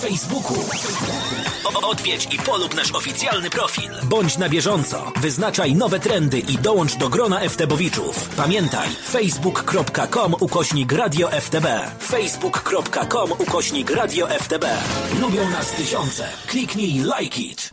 Facebooku. Odwiedź i polub nasz oficjalny profil. Bądź na bieżąco. Wyznaczaj nowe trendy i dołącz do grona FTBowiczów. Pamiętaj, facebook.com/Radio FTB. facebook.com/Radio FTB. Lubią nas tysiące. Kliknij like it.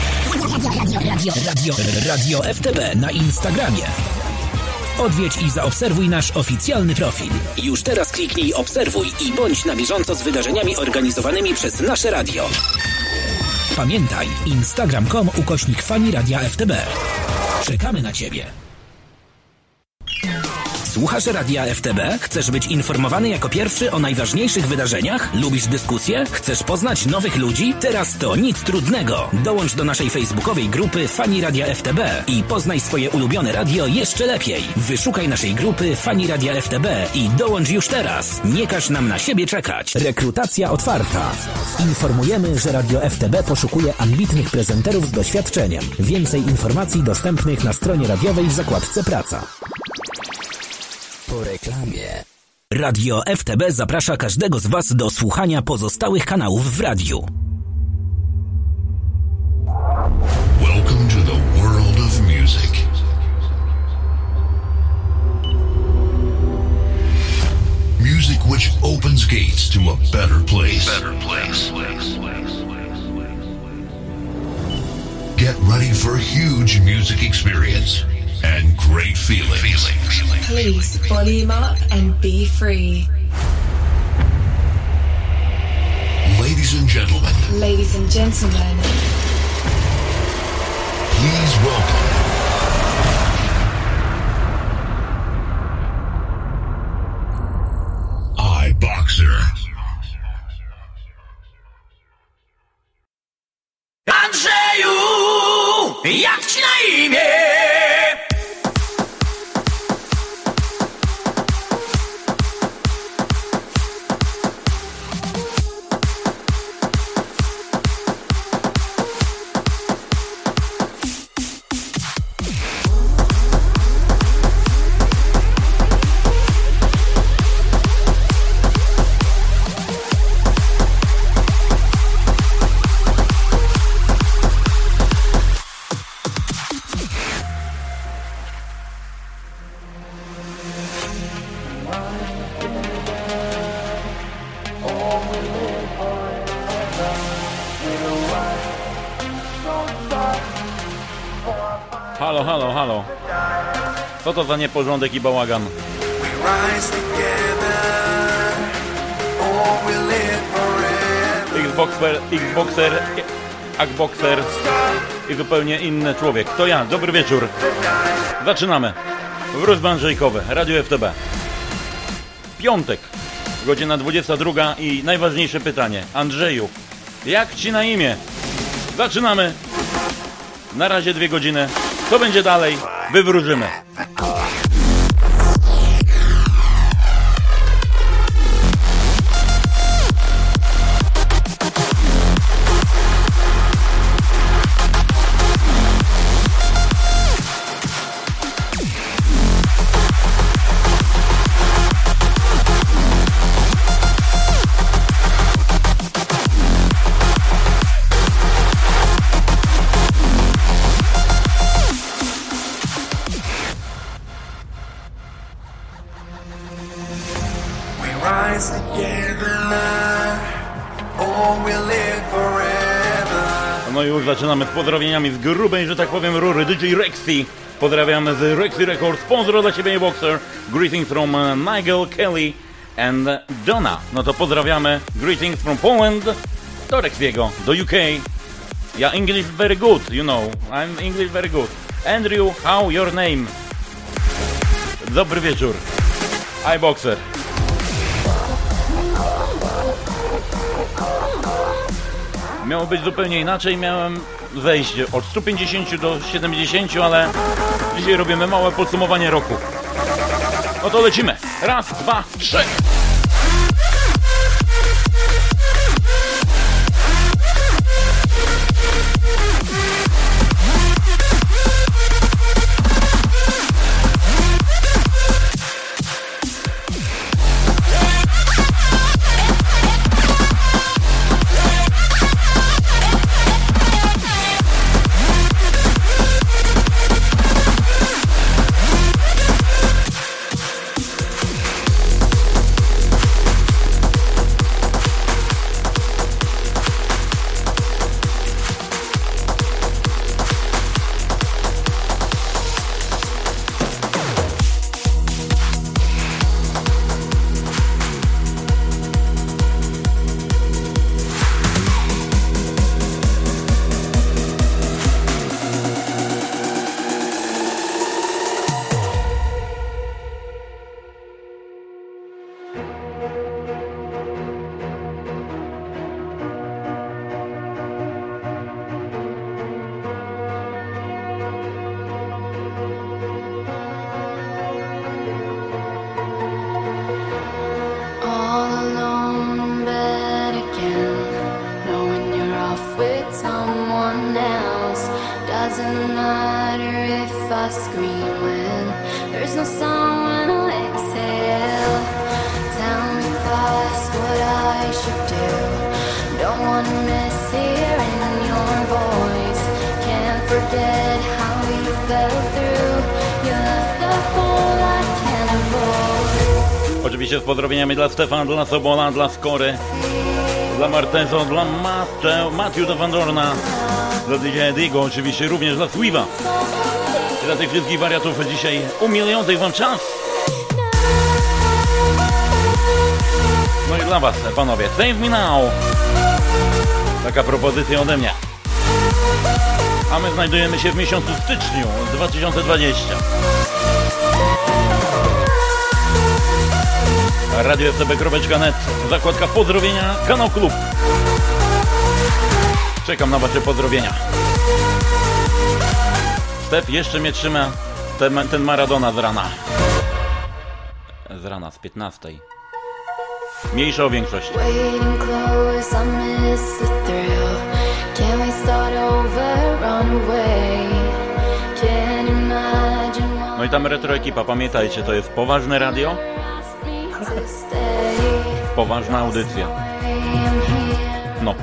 Radio FTB na Instagramie. Odwiedź i zaobserwuj nasz oficjalny profil. Już teraz kliknij obserwuj i bądź na bieżąco z wydarzeniami organizowanymi przez nasze radio. Pamiętaj, instagram.com/Fani Radia FTB. Czekamy na Ciebie. Słuchasz Radia FTB? Chcesz być informowany jako pierwszy o najważniejszych wydarzeniach? Lubisz dyskusje? Chcesz poznać nowych ludzi? Teraz to nic trudnego. Dołącz do naszej facebookowej grupy Fani Radia FTB i poznaj swoje ulubione radio jeszcze lepiej. Wyszukaj naszej grupy Fani Radia FTB i dołącz już teraz. Nie każ nam na siebie czekać. Rekrutacja otwarta. Informujemy, że Radio FTB poszukuje ambitnych prezenterów z doświadczeniem. Więcej informacji dostępnych na stronie radiowej w zakładce Praca. Po reklamie. Radio FTB zaprasza każdego z Was do słuchania pozostałych kanałów w radiu. Welcome to the world of music. Music which opens gates to a better place. Get ready for a huge music experience and great feelings. Please volume up and be free. Ladies and gentlemen. Please welcome iBoxer. Andrzeju, jak ci na imię? Halo. Co to za nieporządek i bałagan? Xboxer i zupełnie inny człowiek. To ja, dobry wieczór. Zaczynamy. Wróżby Andrzejkowe, Radio FTB. Piątek, godzina 22 i najważniejsze pytanie. Andrzeju, jak ci na imię? Zaczynamy. Na razie 2 godziny. Co będzie dalej? Wywróżymy. No i już zaczynamy z pozdrowieniami z grubej, że tak powiem, rury. DJ Rexy. Pozdrawiamy z Rexy Records. Sponsor dla Ciebie, Boxer. Greetings from Nigel, Kelly and Donna. No to pozdrawiamy. Greetings from Poland do Rexiego, do UK. Ja English very good, you know. I'm English very good. Andrew, how your name? Dobry wieczór. iBoxer. Miało być zupełnie inaczej, miałem wejść od 150 do 70, ale dzisiaj robimy małe podsumowanie roku. No to lecimy. 1, 2, 3. Doesn't matter if I scream when there's no sound when I exhale. Tell me fast what I should do. Don't wanna miss hearing your voice. Can't forget how you fell through. You left the hole I can't avoid. Oczywiście z pozdrowieniami dla Stefana, dla Sobola, dla Skory, dla Martezo, dla Matthew do Van Dorna, dla DJ Ediego, oczywiście również dla Swiva. I dla tych wszystkich wariatów dzisiaj umilających wam czas. No i dla was, panowie, Save Me Now. Taka propozycja ode mnie. A my znajdujemy się w miesiącu styczniu 2020. RadioFTB.net, zakładka pozdrowienia, kanał Klub. Czekam na wasze pozdrowienia. Stef jeszcze mnie trzyma ten Maradona z rana. Z rana, z 15. Mniejsza o większość. No i tam retro ekipa, pamiętajcie, to jest poważne radio. Poważna audycja. No.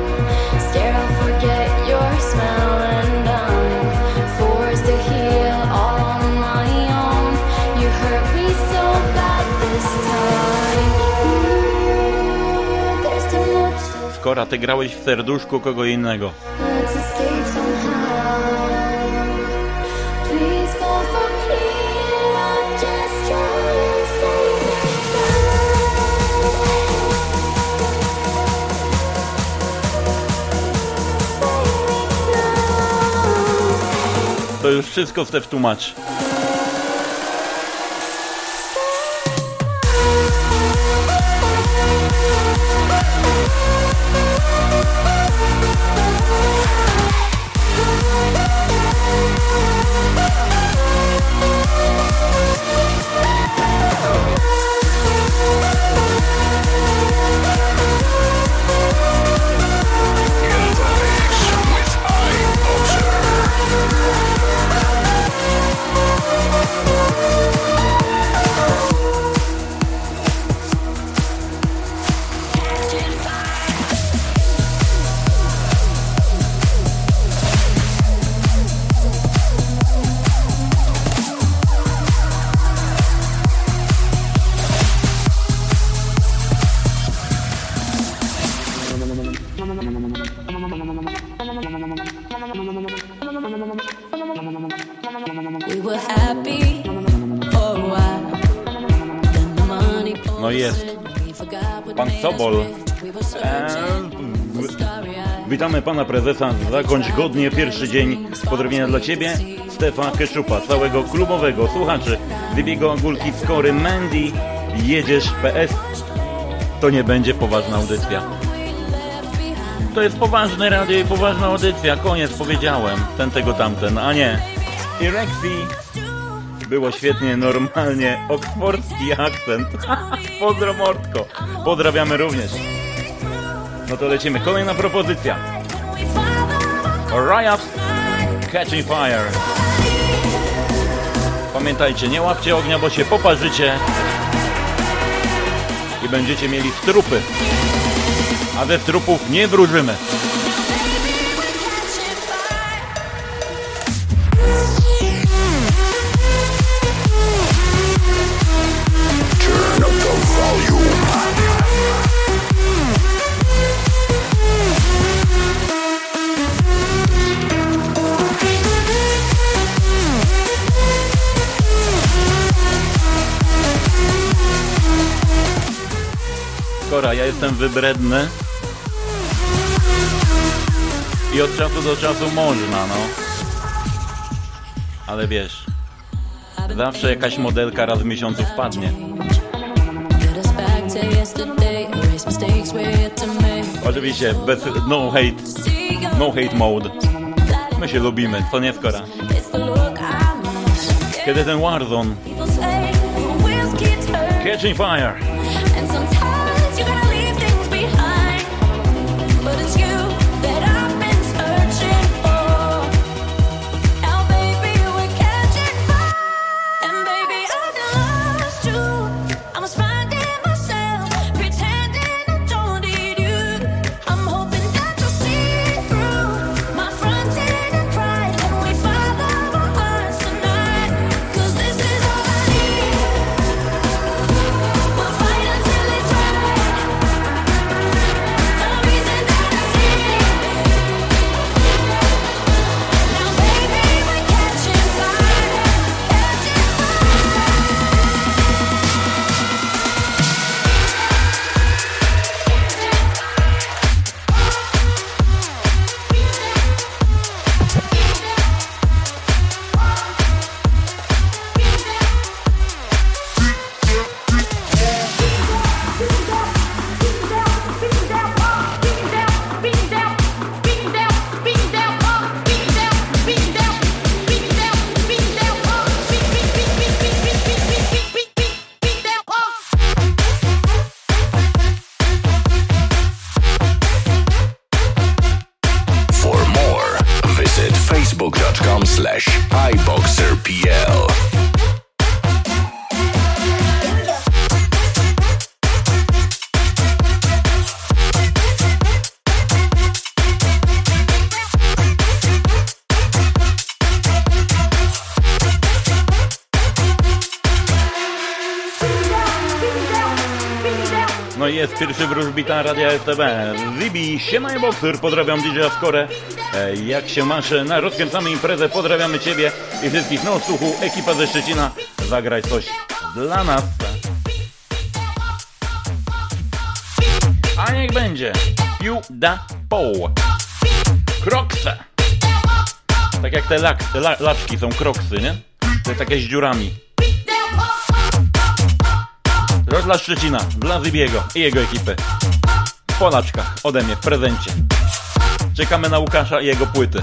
Skora, ty grałeś w serduszku kogo innego. To już wszystko Stef tłumacz. No jest pan Sobol. Witamy pana prezesa. Zakończ godnie pierwszy dzień. Pozdrowienia dla ciebie, Stefa Keszupa, całego klubowego, słuchaczy Dybiego, Agulki, Skory, Mandy. Jedziesz PS. To nie będzie poważna audycja. To jest poważne radio i poważna audycja. Koniec, powiedziałem. Ten, tego, tamten, a nie. I Rexy. Było świetnie, normalnie. Oksfordzki akcent. Pozdro mordko. Pozdrawiamy również. No to lecimy. Kolejna propozycja. Riot Catching Fire. Pamiętajcie, nie łapcie ognia, bo się poparzycie i będziecie mieli strupy. A ze strupów nie wróżymy. Ja jestem wybredny i od czasu do czasu można, no. Ale wiesz, zawsze jakaś modelka raz w miesiącu wpadnie. Oczywiście bez no hate mode. My się lubimy, co nie, Skora? Kiedy ten Warzone Catching Fire. facebook.com/iboxerpl. No i jest pierwszy wróżbita Radia FTB. Zibi, siema Boxer, pozdrawiam DJ Skorę. Jak się masz na rozkręcamy imprezę, pozdrawiamy Ciebie i wszystkich. No słuchu, ekipa ze Szczecina, zagraj coś dla nas. A niech będzie Q-da-po. Kroksy. Tak jak te laczki są kroksy, nie? Te takie z dziurami. To dla Szczecina, dla Zibiego i jego ekipy. W Polaczkach, ode mnie, w prezencie. Czekamy na Łukasza i jego płyty.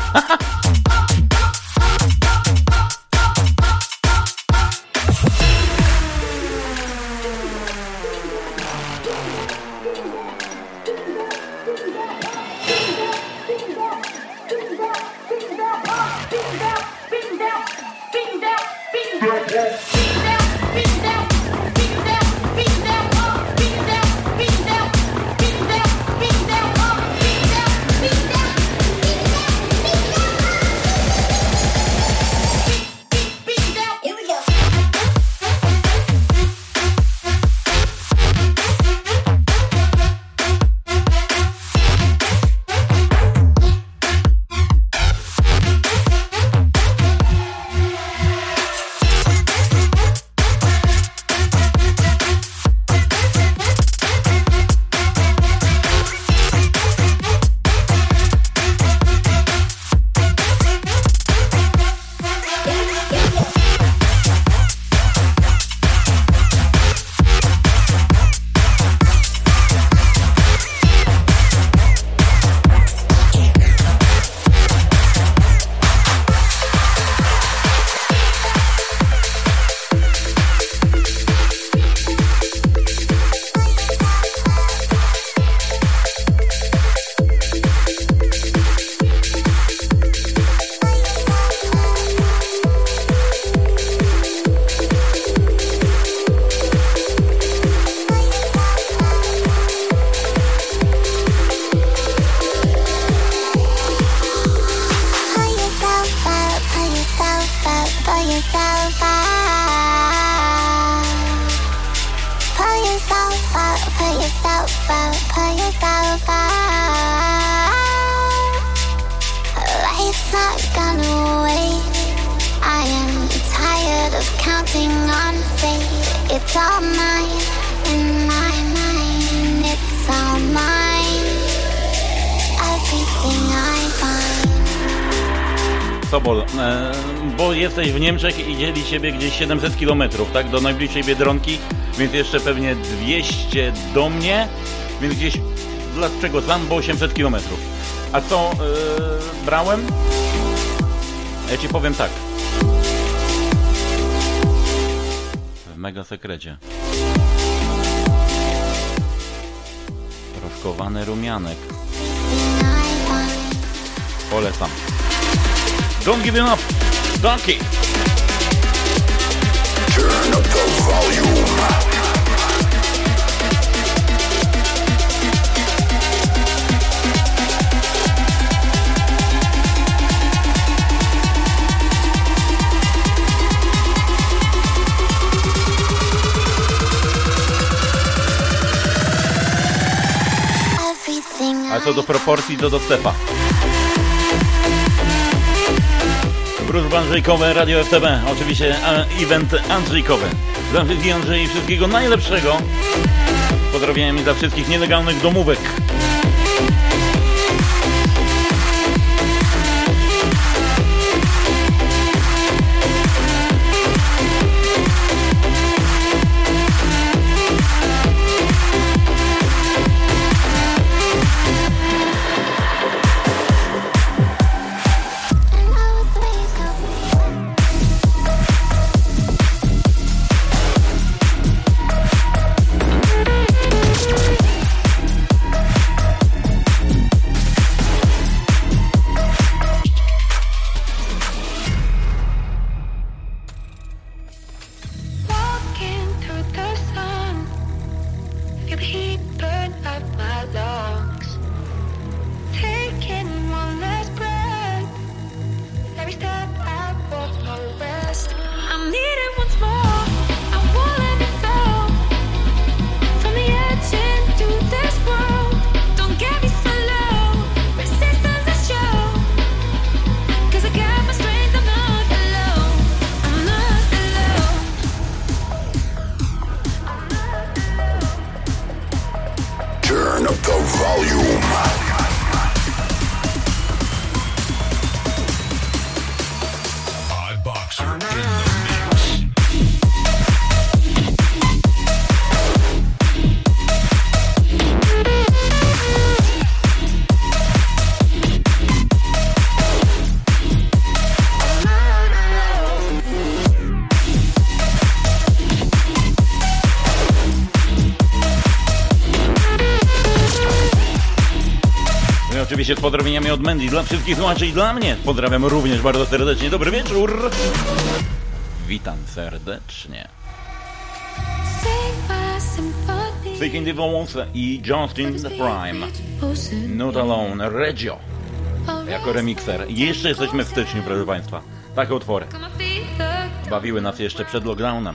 Sobol, bo jesteś w Niemczech i dzieli Ciebie gdzieś 700 km, tak? Do najbliższej Biedronki, więc jeszcze pewnie 200 do mnie, więc gdzieś, dlaczego sam, bo 800 km. A co brałem? Ja Ci powiem tak. W mega sekrecie. Proszkowany rumianek. Polecam. Don't give him up, Donkey. Turn up the volume. A co do proporcji, to do Stefa. Wróżby Andrzejkowe, Radio FTB, oczywiście event Andrzejkowy. Dla wszystkich Andrzej, wszystkiego najlepszego. Pozdrowienia dla wszystkich nielegalnych domówek. oczywiście z pozdrowieniami od Mandy dla wszystkich słuchaczy i dla mnie. Pozdrawiam również bardzo serdecznie. Dobry wieczór. Witam serdecznie. Seeking the Walls i Justin the Prime. Not Alone, Reggio. Jako remikser. Jeszcze jesteśmy w styczniu, proszę Państwa. Takie utwory bawiły nas jeszcze przed lockdownem.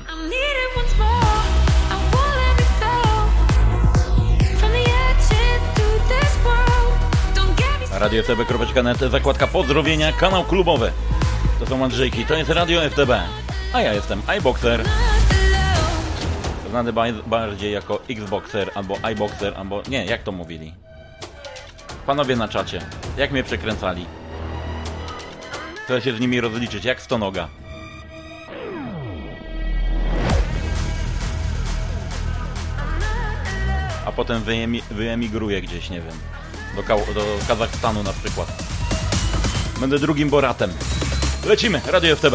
Radio FTB.net, zakładka pozdrowienia, kanał klubowy. To są Andrzejki, to jest Radio FTB. A ja jestem iBoxer. Znany bardziej jako Xboxer, albo iBoxer, albo... Nie, jak to mówili? Panowie na czacie, jak mnie przekręcali? Chcę się z nimi rozliczyć, jak stonoga. A potem wyemigruję gdzieś, nie wiem. Do Kazachstanu na przykład. Będę drugim Boratem. Lecimy, Radio FTB.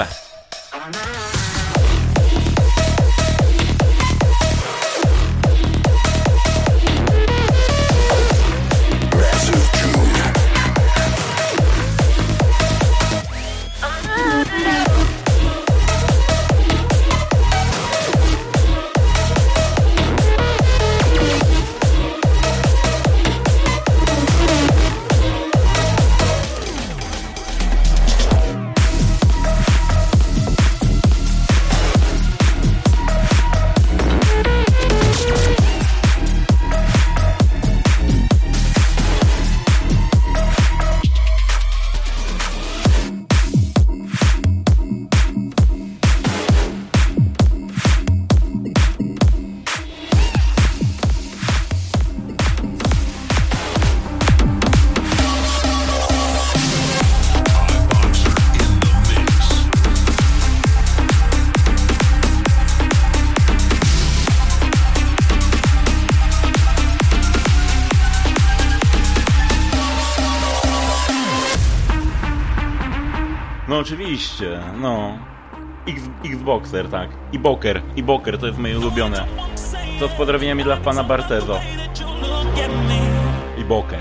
No oczywiście, no. Xboxer, tak. I Boker, to jest moje ulubione. To z pozdrowieniami dla pana Bartezo. I Boker.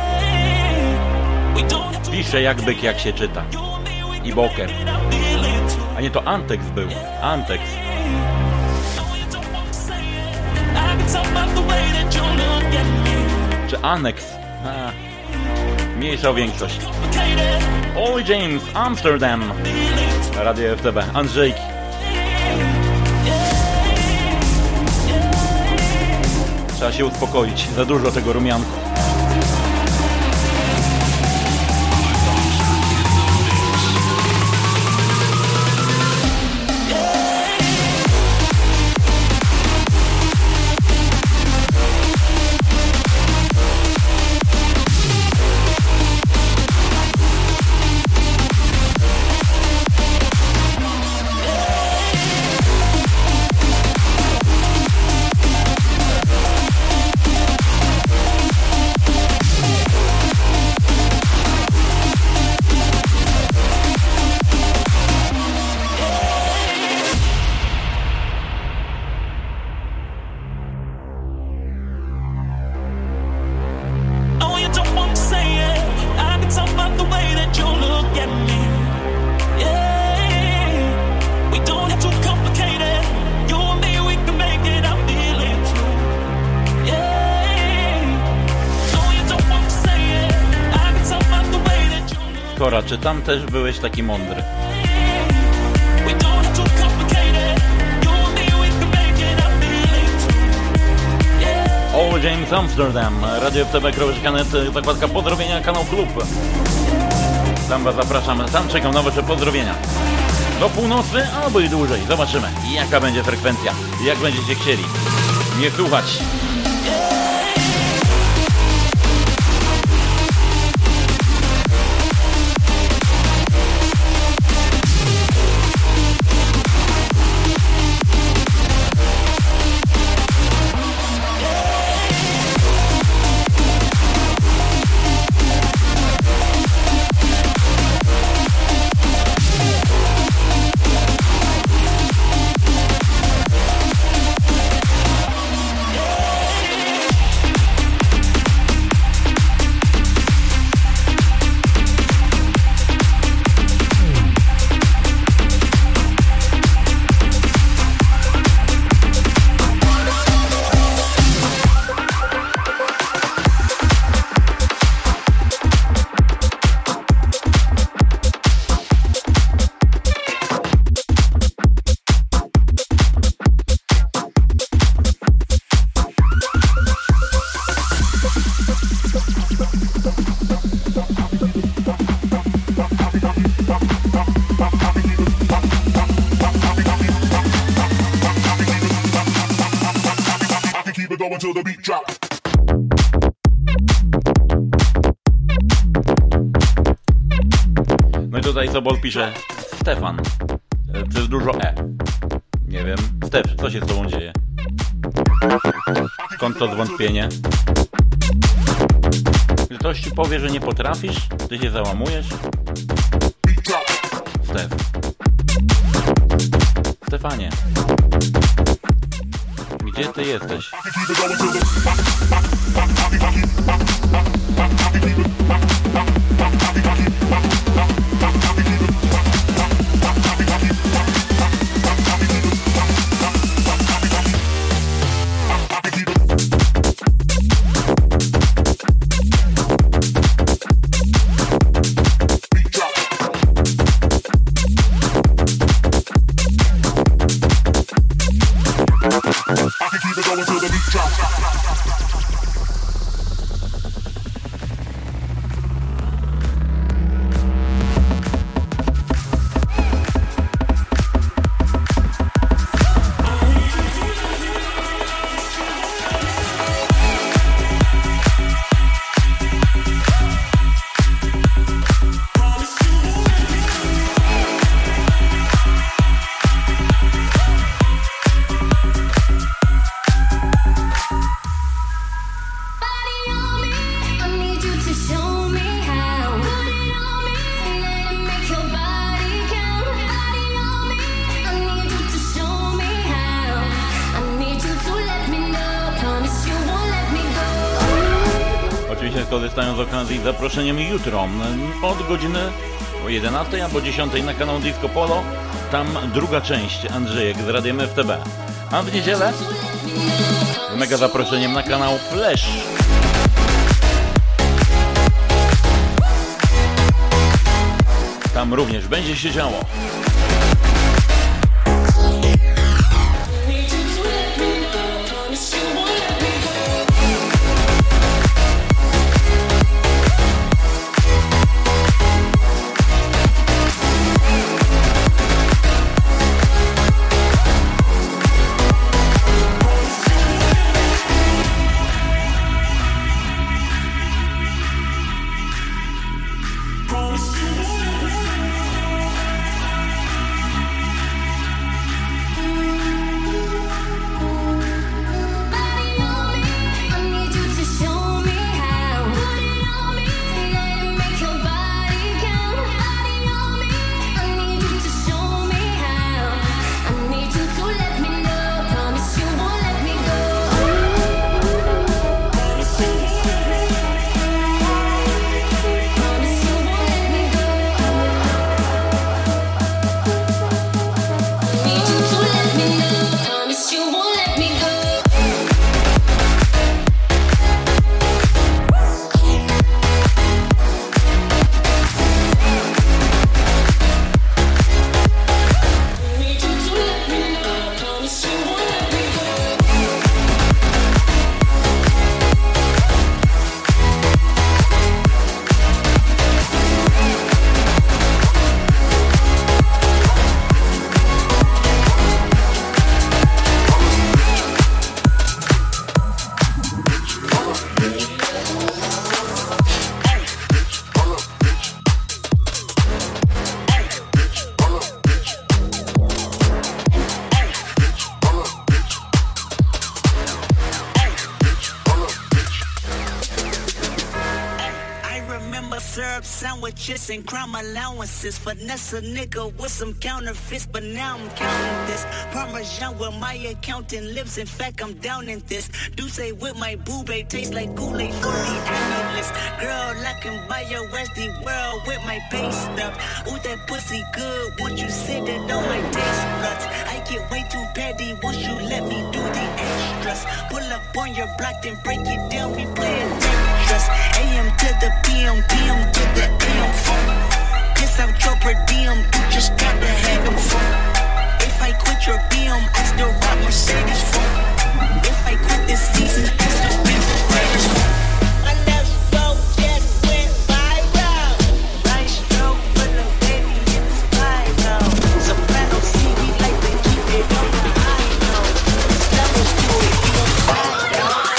Pisze jak byk, jak się czyta. I Boker. A nie, to Antex był. Antex. Czy Annex? Mniejsza o większość. Ollie James, Amsterdam. Radio FTB, Andrzejki. Trzeba się uspokoić, za dużo tego rumianku. Czy tam też byłeś taki mądry? Ollie James, Amsterdam, Radio FTB.net, zakładka pozdrowienia, kanał klub. Tam was zapraszam, tam czekam na wasze pozdrowienia. Do północy albo i dłużej, zobaczymy jaka będzie frekwencja, jak będziecie chcieli mnie słuchać. until the beat drop. No i tutaj Sobol pisze Stefan przez dużo E. Nie wiem, Stef, co się z tobą dzieje? Skąd to zwątpienie? Ktoś ci powie, że nie potrafisz? Ty się załamujesz? Stef. Stefanie. Gdzie ty jesteś? Korzystając z okazji zaproszeniem jutro od godziny o 11 albo 10 na kanał Disco Polo. Tam druga część Andrzejek z Radiem FTB. A w niedzielę z mega zaproszeniem na kanał Flash. Tam również będzie się działo. sandwiches and crime allowances. Finesse a nigga with some counterfeits, but now I'm counting this. Parmesan where my accountant lives, in fact I'm down in this. Do say with my boobay tastes like Kool-Aid for the analyst. Girl, I can buy your Westy world with my base stuff. Ooh, that pussy good, once you sit it on my taste buds. I get way too petty once you let me do the extras. Pull up on your block, then break it down, we playing Tetris. AM to the PM, PM to the AM phone. Piss out your per diem, you just got to have them phone. If I quit your BM, I still rock Mercedes phone. If I quit this season, I still be the greatest phone. My left stroke just went viral. Right stroke for the baby in the spiral. Soprano CD like they keep it on the high note. Levels to it, feel viral.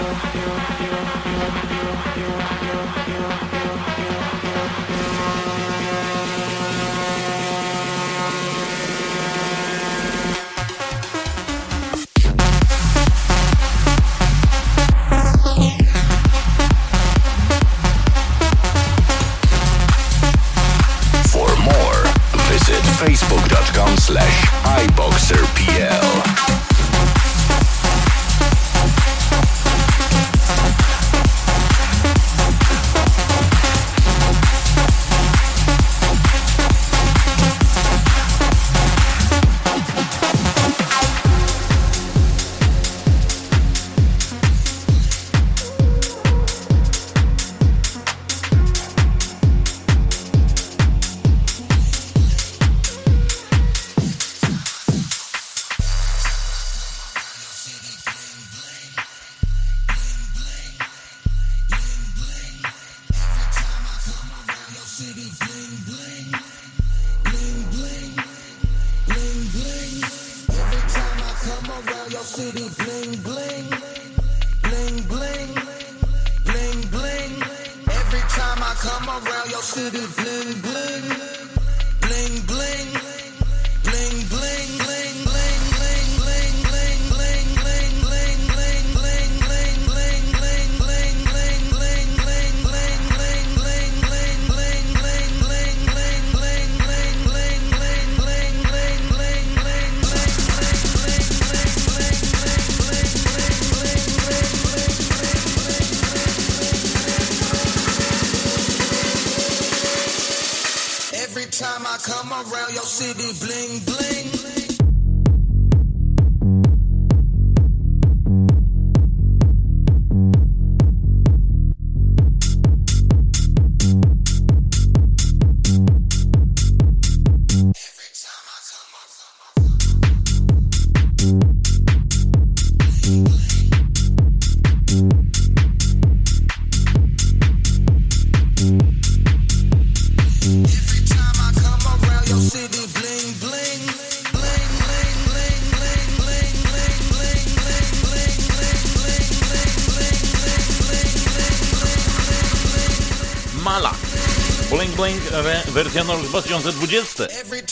facebook.com/iboxerpl. Wersja na rok 2020.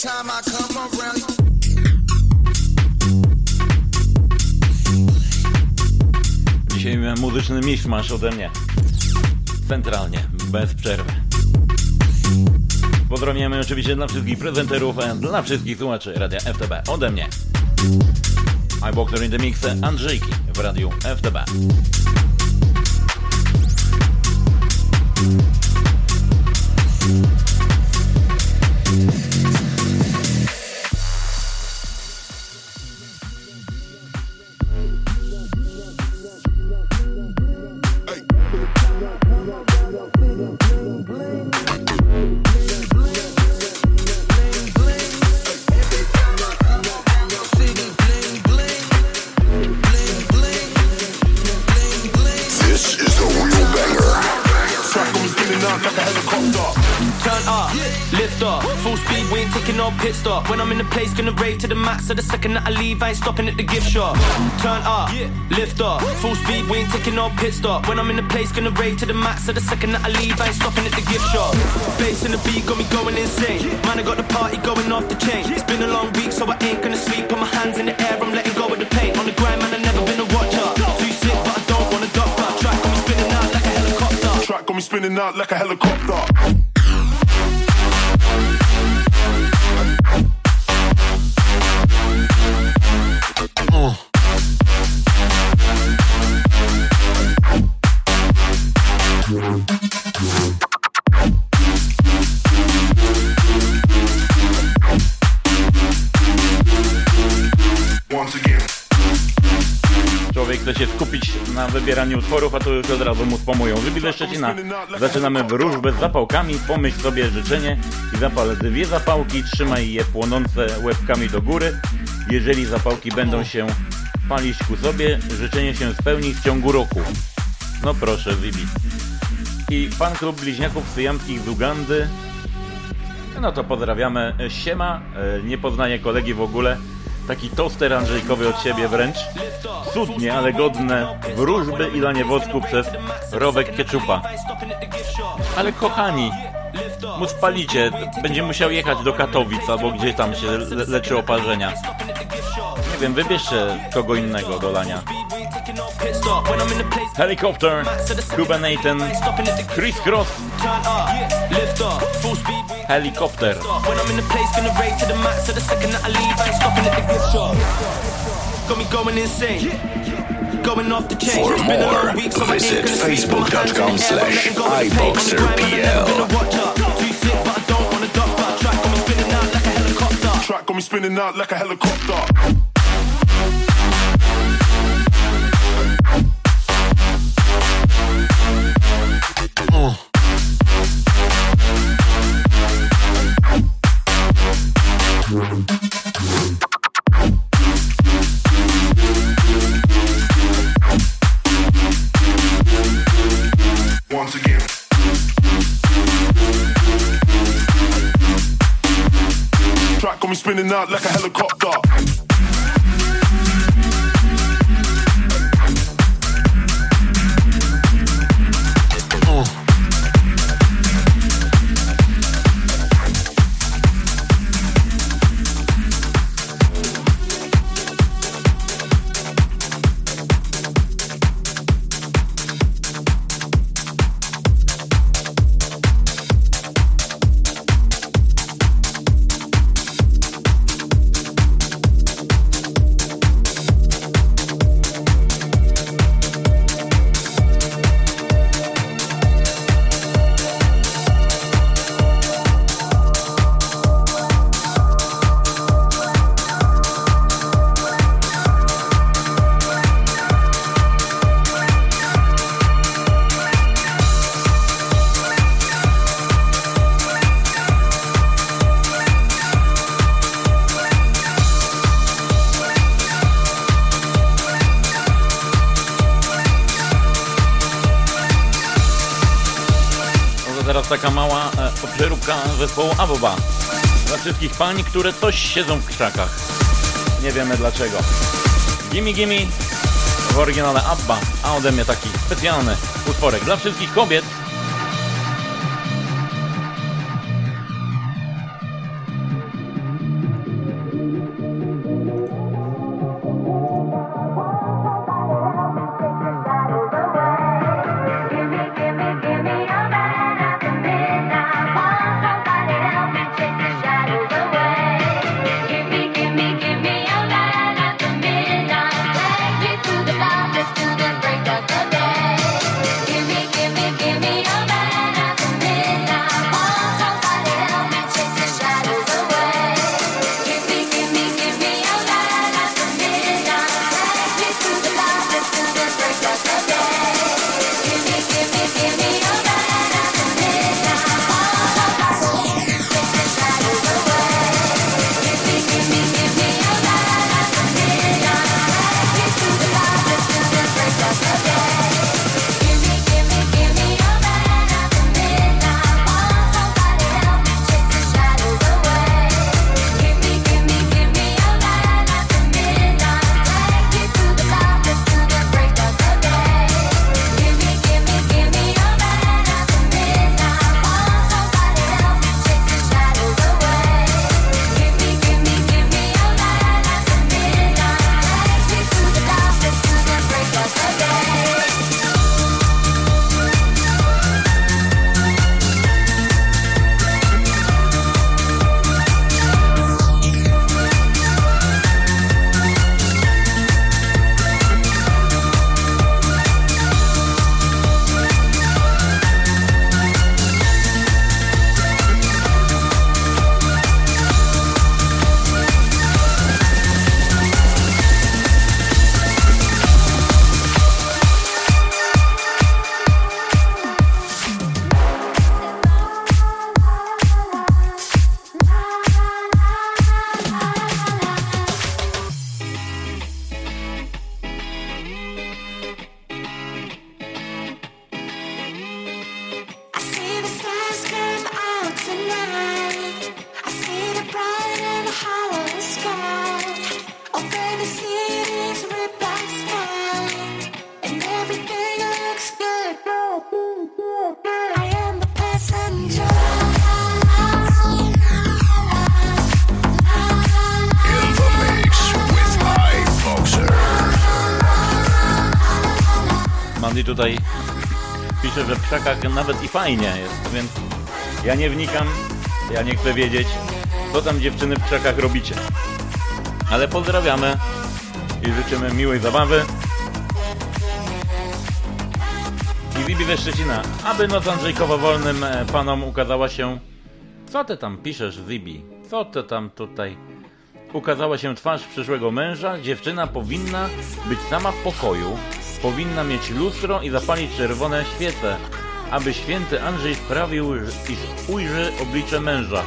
Dzisiaj muzyczny miszmasz ode mnie. Centralnie, bez przerwy. Pozdrawiamy oczywiście dla wszystkich prezenterów, dla wszystkich słuchaczy Radia FTB. Ode mnie. iBoxer in the Mix Andrzejki w Radiu FTB. Pit stop. When I'm in the place, gonna rave to the max. So the second that I leave, I ain't stopping at the gift shop. Turn up, lift up, full speed, we ain't taking no pit stop. When I'm in the place, gonna rave to the max. So the second that I leave, I ain't stopping at the gift shop. Bass in the beat got me going insane. Man, I got the party going off the chain. It's been a long week, so I ain't gonna sleep. Put my hands in the air, I'm letting go of the pain. On the grind, man, I've never been a watcher. Too sick, but I don't want a doctor. Track got me spinning out like a helicopter. Track got me spinning out like a helicopter. Człowiek chce się skupić na wybieraniu utworów, a to już od razu mu spomują. Wybile Szczecina. Zaczynamy wróżbę z zapałkami. Pomyśl sobie życzenie i zapal 2 zapałki. Trzymaj je płonące łebkami do góry. Jeżeli zapałki będą się palić ku sobie, życzenie się spełni w ciągu roku. No proszę, Zibi. I fan klub bliźniaków syjamskich z Ugandy. No to pozdrawiamy. Siema. Nie poznaję kolegi w ogóle. Taki toster Andrzejkowy od siebie wręcz. cudnie, ale godne wróżby i lanie wosku przez rowek keczupa. Ale kochani, mu spalicie, będzie musiał jechać do Katowic albo gdzie tam się leczy oparzenia. Nie wiem, wybierzcie kogo innego do lania. Helicopter, Cuba Nathan, Chris Cross. Helicopter. For more, visit facebook.com/iBoxerPL. Track got me spinning out like a helicopter. Once again. Track got me spinning out like a helicopter. Taka mała przeróbka zespołu Aboba. Dla wszystkich pań, które coś siedzą w krzakach. Nie wiemy dlaczego. Gimme Gimme w oryginale Abba, a ode mnie taki specjalny utworek dla wszystkich kobiet. Give me Sandy tutaj pisze, że w krzakach nawet i fajnie jest, więc ja nie wnikam, ja nie chcę wiedzieć, co tam dziewczyny w krzakach robicie. Ale pozdrawiamy i życzymy miłej zabawy. I Zibi ze Szczecina, aby noc Andrzejkowa wolnym panom ukazała się... Co ty tam piszesz, Zibi? Co ty tam tutaj... Ukazała się twarz przyszłego męża, dziewczyna powinna być sama w pokoju, powinna mieć lustro i zapalić czerwone świece, aby święty Andrzej sprawił, iż ujrzy oblicze męża.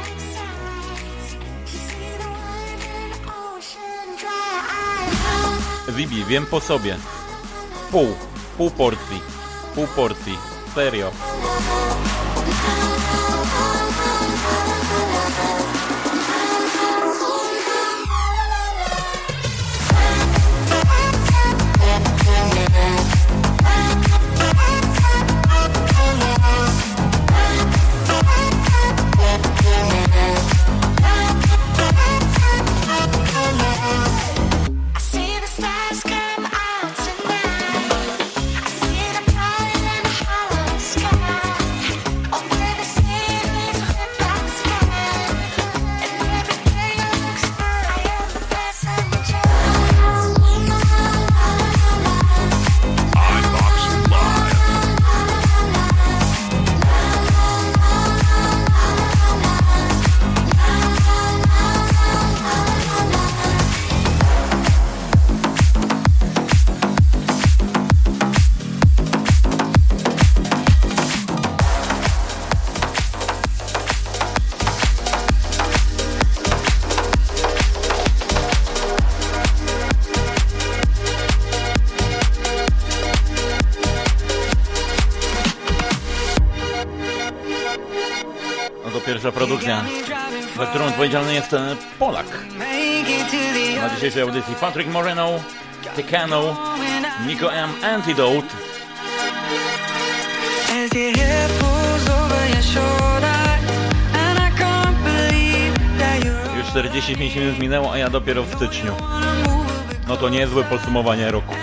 Zibi, wiem po sobie. Pół porcji. Serio. Pierwsza produkcja, za którą odpowiedzialny jest Polak. Na dzisiejszej audycji Patrick Moreno, Tecano, Nico M, Antidote. Już 45 minut minęło, a ja dopiero w styczniu. No to niezłe podsumowanie roku.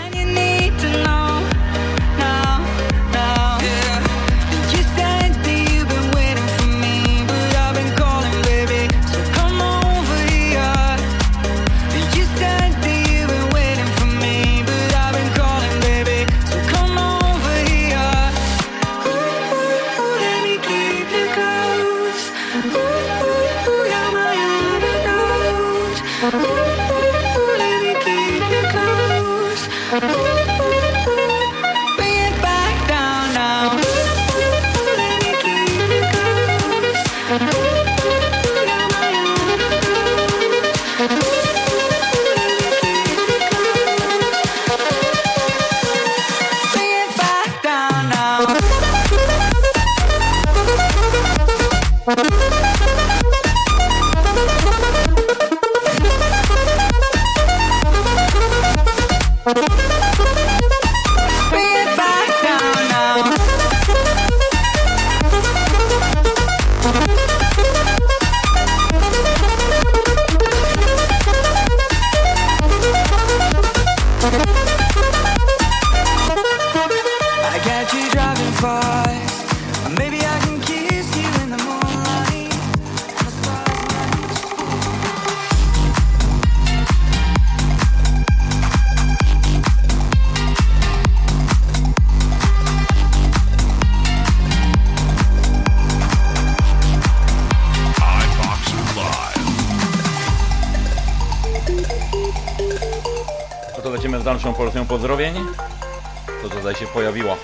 Z dalszą porcją pozdrowień. To tutaj się pojawiło.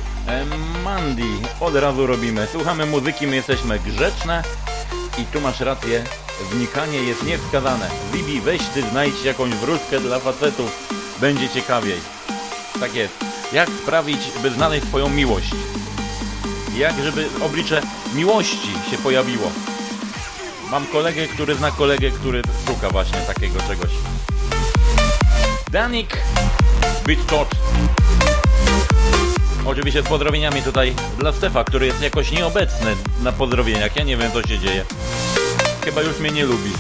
Mandy, od razu robimy. Słuchamy muzyki, my jesteśmy grzeczne i tu masz rację, wnikanie jest niewskazane. Zibi, weź ty znajdź jakąś wróżkę dla facetów, będzie ciekawiej. Tak jest. Jak sprawić, by znaleźć swoją miłość? Jak, żeby oblicze miłości się pojawiło? Mam kolegę, który zna kolegę, który szuka właśnie takiego czegoś. Danik Bittot. Oczywiście z pozdrowieniami tutaj dla Stefa, który jest jakoś nieobecny na pozdrowieniach. Ja nie wiem, co się dzieje. Chyba już mnie nie lubi.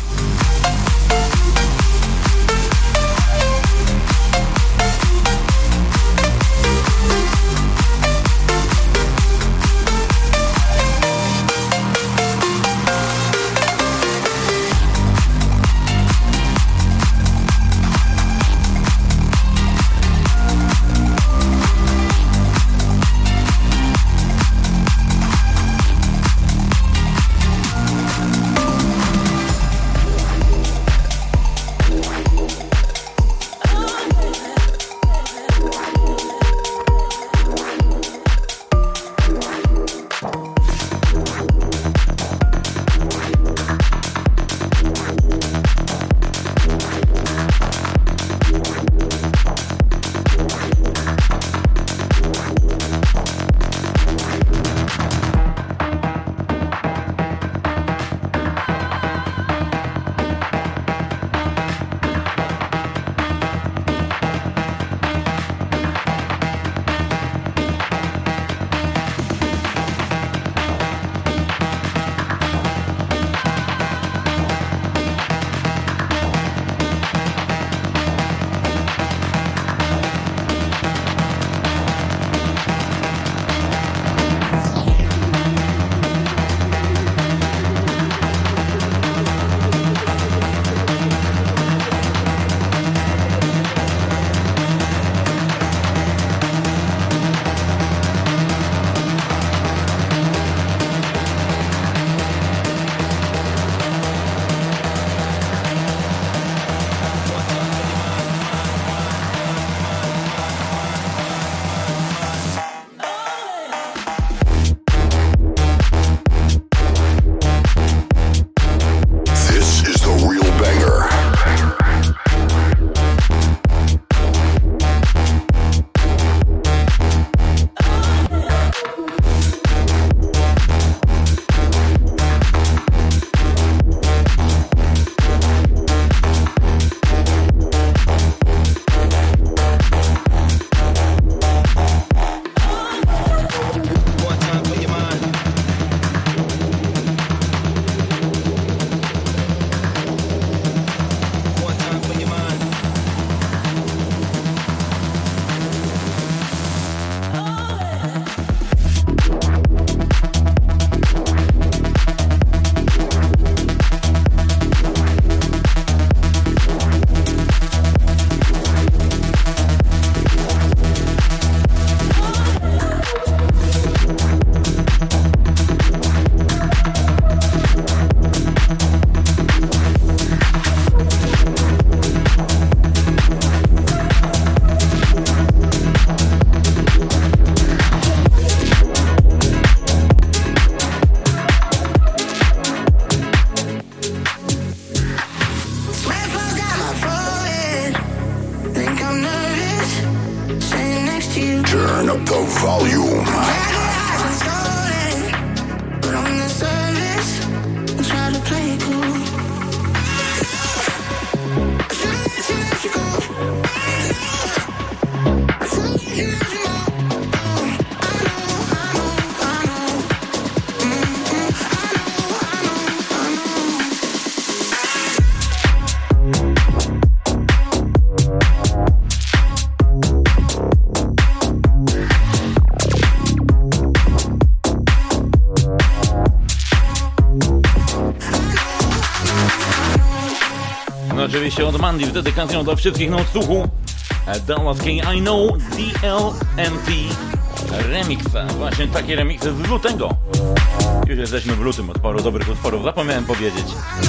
Turn up the volume. Oczywiście od Mandy, z dedykacją dla wszystkich na odsłuchu. Dallas K, I Know, DLMT Remix. Właśnie takie remiksy z lutego. Już jesteśmy w lutym, od paru dobrych utworów, zapomniałem powiedzieć.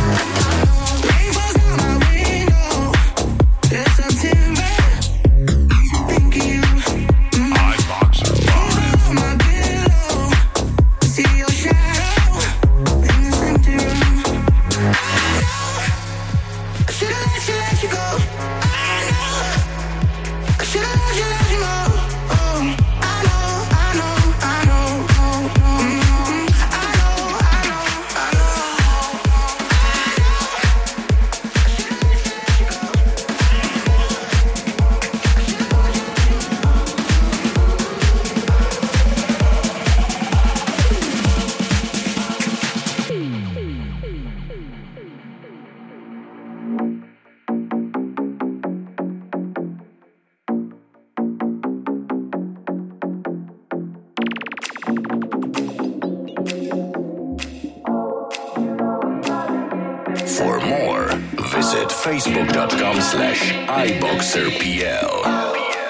For more, visit facebook.com/iboxerpl.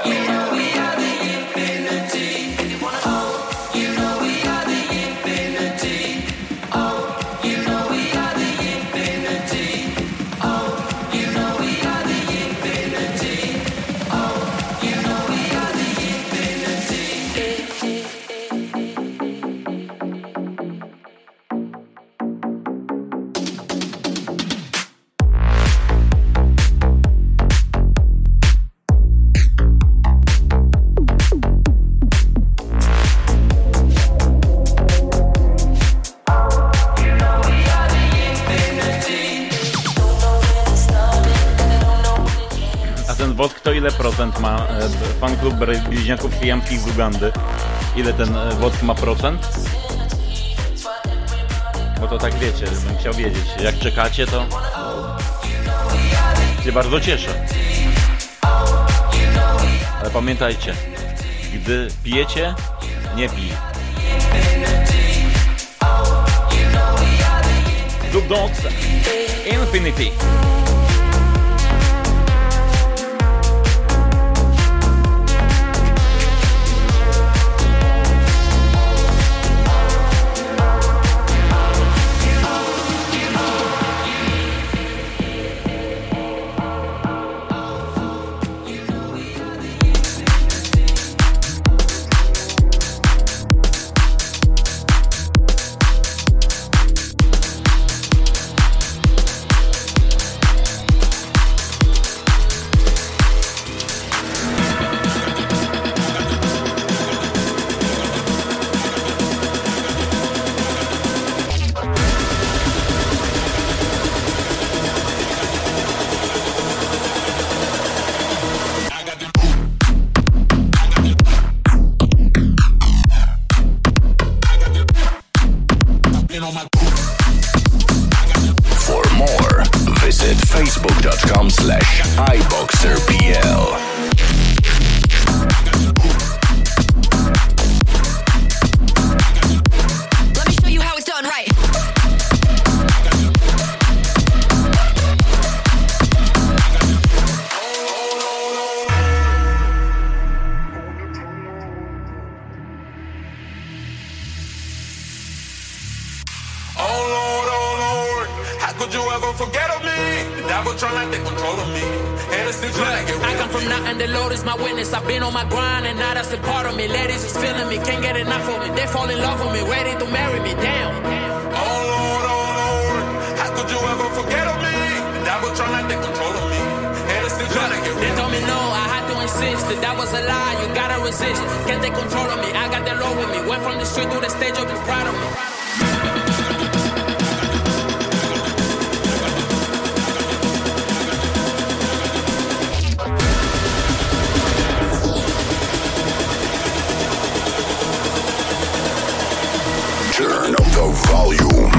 Wodk to ile procent ma fan klub bliźniaków siamskich z Ugandy? Ile ten Wodk ma procent? Bo to tak wiecie, bym chciał wiedzieć. Jak czekacie, to się bardzo cieszę. Ale pamiętajcie, gdy pijecie, nie pij. Snoop Dogg's Infinity. facebook.com/iboxerpl. I've been on my grind and now that's a part of me. Ladies is feeling me, can't get enough of me. They fall in love with me, ready to marry me. Damn. Oh Lord, how could you ever forget of me? The devil trying to take control of me. And it's still trying to get rid of me. They told me no, I had to since. That was a lie, you gotta resist. Can't take control of me, I got that low with me. Went from the street to the stage, I'll be proud of me. Turn up the volume.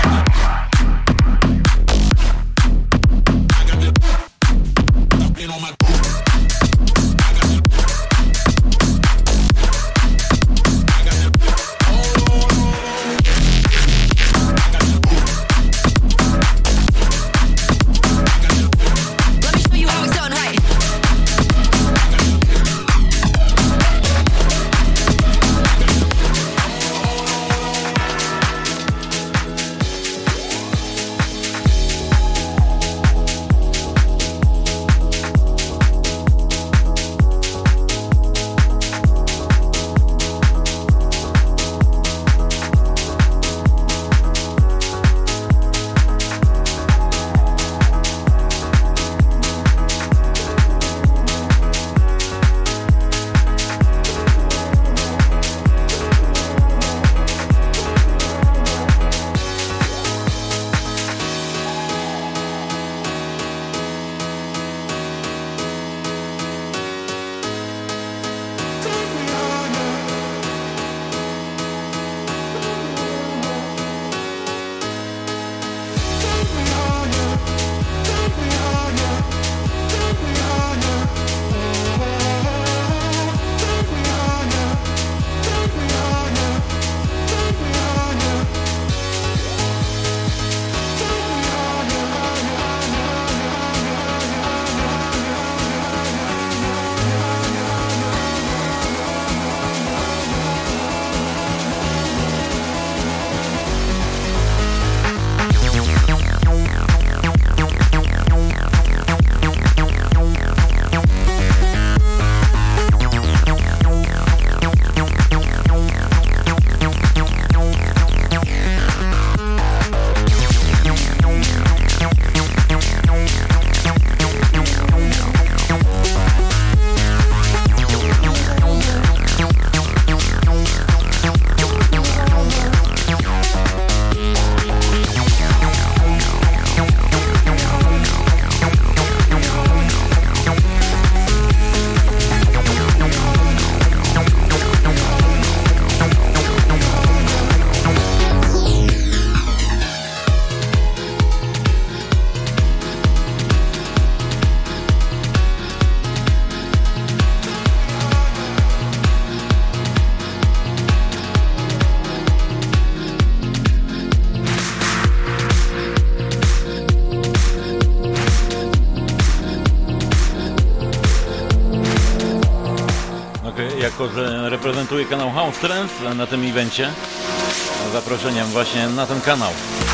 Jako że reprezentuję kanał House Trance na tym evencie, zaproszeniem właśnie na ten kanał,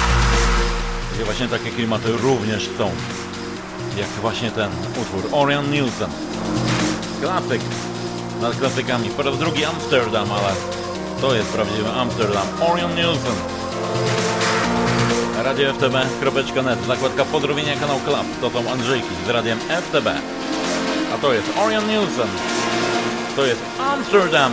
gdzie właśnie takie klimaty również są, jak właśnie ten utwór Orion Nilsson, klasyk nad klasykami, po raz drugi Amsterdam, ale to jest prawdziwy Amsterdam, Orion Nilsson. Radio FTB.net, zakładka pozdrowienia kanał Club, to są Andrzejki z radiem FTB, a to jest Orion Nilsson. To jest Amsterdam.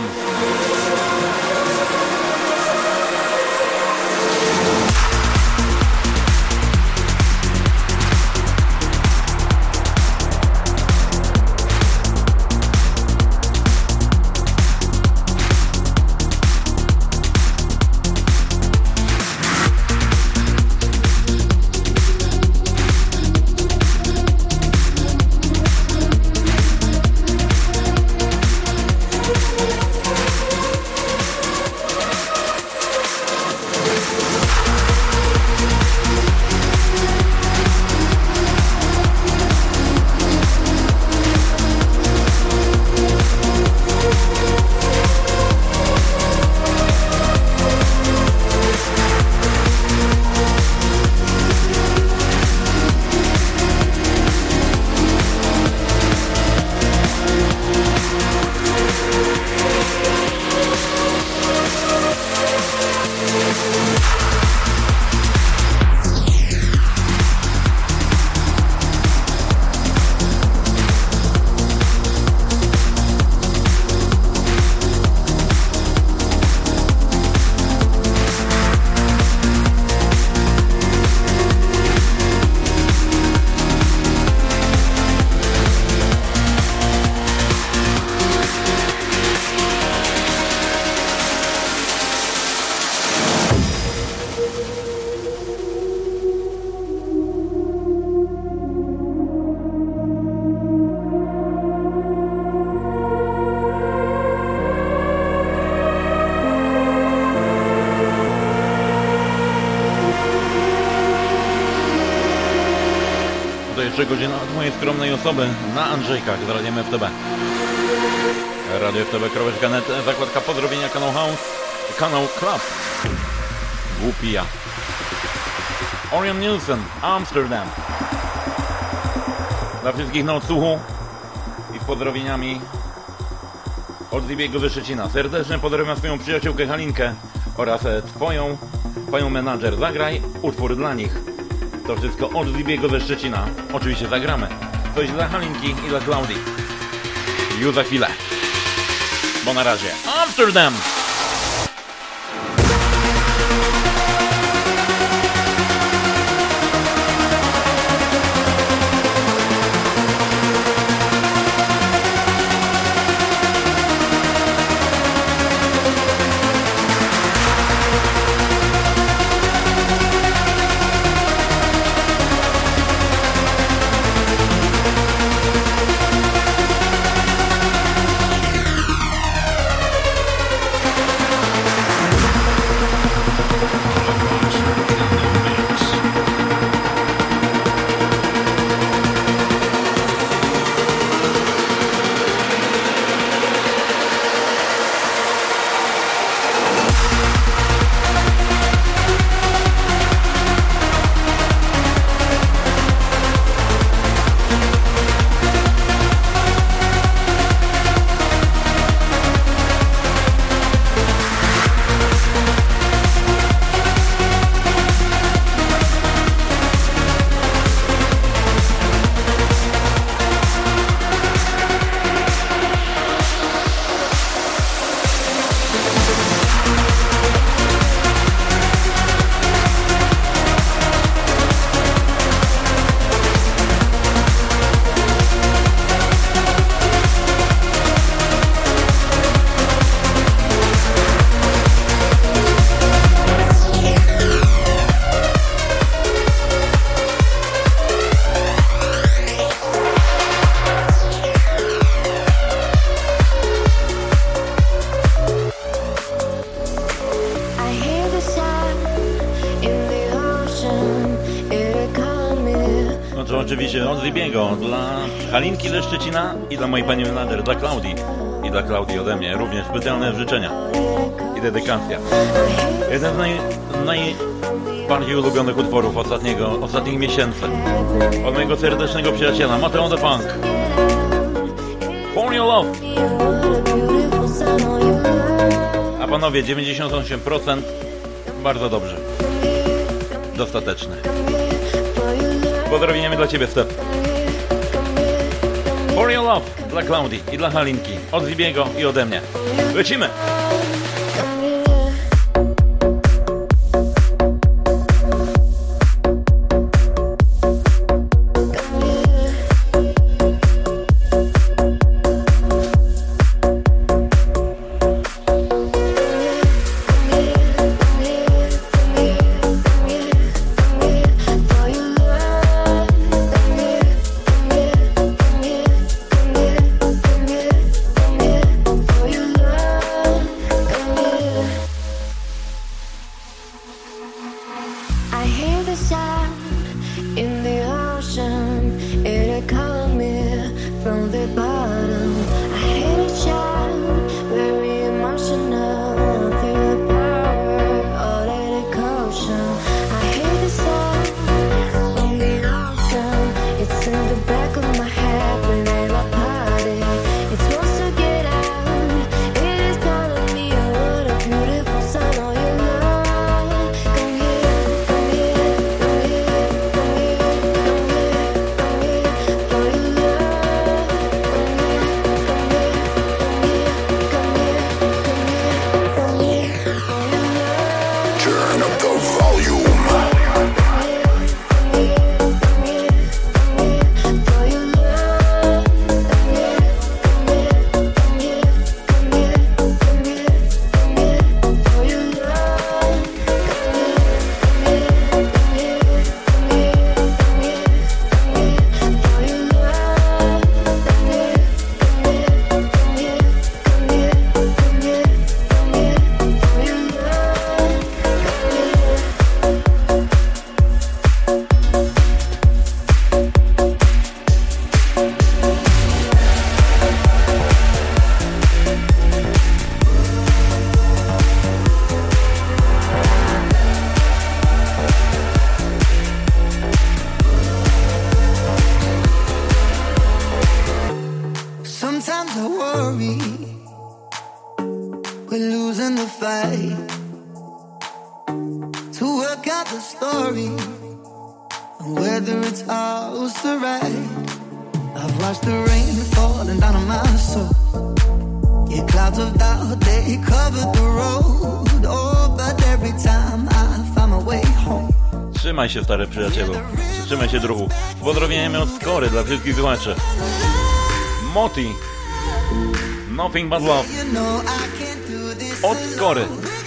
Pierwsza godzina od mojej skromnej osoby na Andrzejkach z Radiem FTB. Radio FTB.net, zakładka pozdrowienia, kanał House, kanał Club. Głupi ja. Orion Nielsen, Amsterdam. Dla wszystkich na odsłuchu i z pozdrowieniami od Zibiego ze Szczecina. Serdecznie pozdrawiam swoją przyjaciółkę Halinkę oraz twoją panią menadżer. Zagraj utwór dla nich. To wszystko od Zibiego ze Szczecina. Oczywiście zagramy. Coś dla Halinki i dla Klaudii. Już za chwilę. Bo na razie Amsterdam! Oczywiście od Zibiego dla Halinki ze Szczecina i dla mojej pani menadżer, dla Klaudii i dla Klaudii ode mnie również specjalne życzenia i dedykacja. Jeden z najbardziej ulubionych utworów ostatnich miesięcy od mojego serdecznego przyjaciela Mateo the Punk. For Your Love. A panowie, 98% bardzo dobrze, dostateczne. Pozdrowieniami dla ciebie, Step. For Your Love dla Klaudii i dla Halinki, od Zibiego i ode mnie. Lecimy! story. We're losing the fight to work out the story and whether it's ours to write. I've watched the rain falling down on my soul. Yeah, clouds of doubt, they covered the road. Oh, but every time I find my way home. Trzymaj się, stary przyjacielu. Trzymaj się, druhu. Pozdrowieniami od Skory dla wszystkich słuchaczy. Moti. Nothing but love. Od Skory.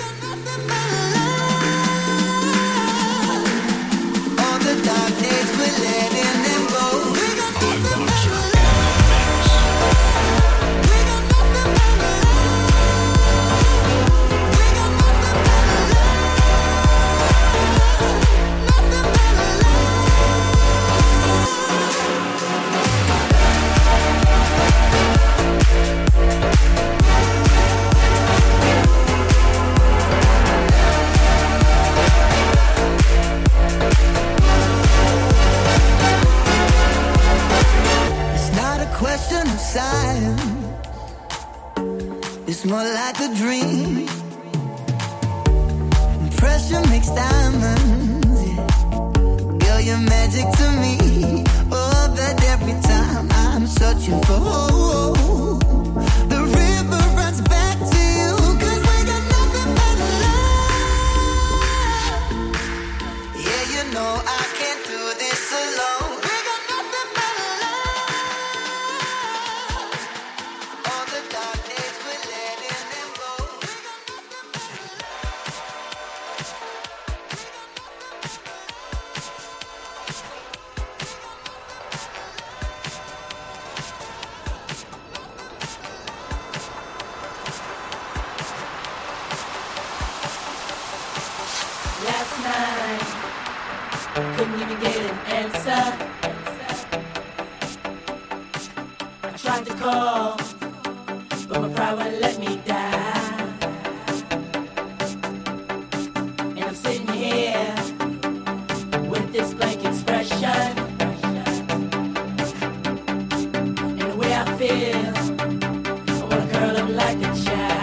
It's more like a dream. Pressure makes diamonds, yeah. Girl, you're magic to me. Oh, that every time I'm searching for hope, the river runs back to you. 'Cause we got nothing but love. Yeah, you know I can't do this alone. Couldn't even get an answer. I tried to call, but my pride wouldn't let me die. And I'm sitting here with this blank expression. And the way I feel, I wanna curl up like a child.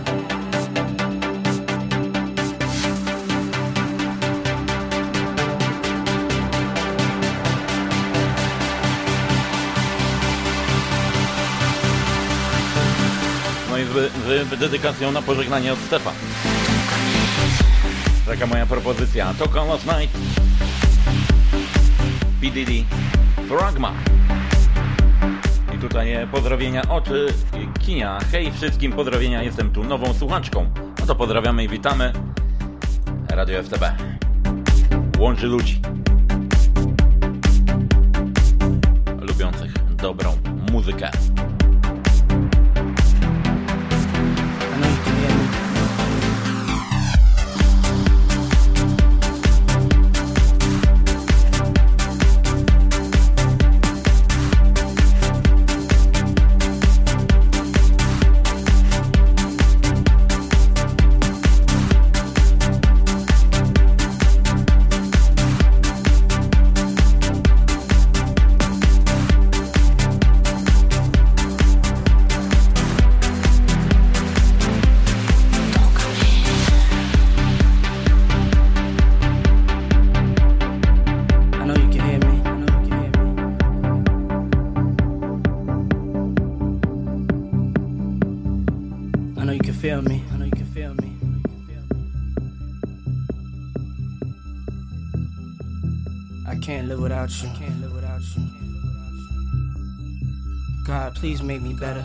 Z dedykacją na pożegnanie od Stefa. Taka moja propozycja. Toka Last Night, P. Diddy, Fragma. I tutaj pozdrowienia od Kinia. Hej wszystkim, pozdrowienia, jestem tu nową słuchaczką. No to pozdrawiamy i witamy. Radio FTB łączy ludzi lubiących dobrą muzykę. God, please make me better.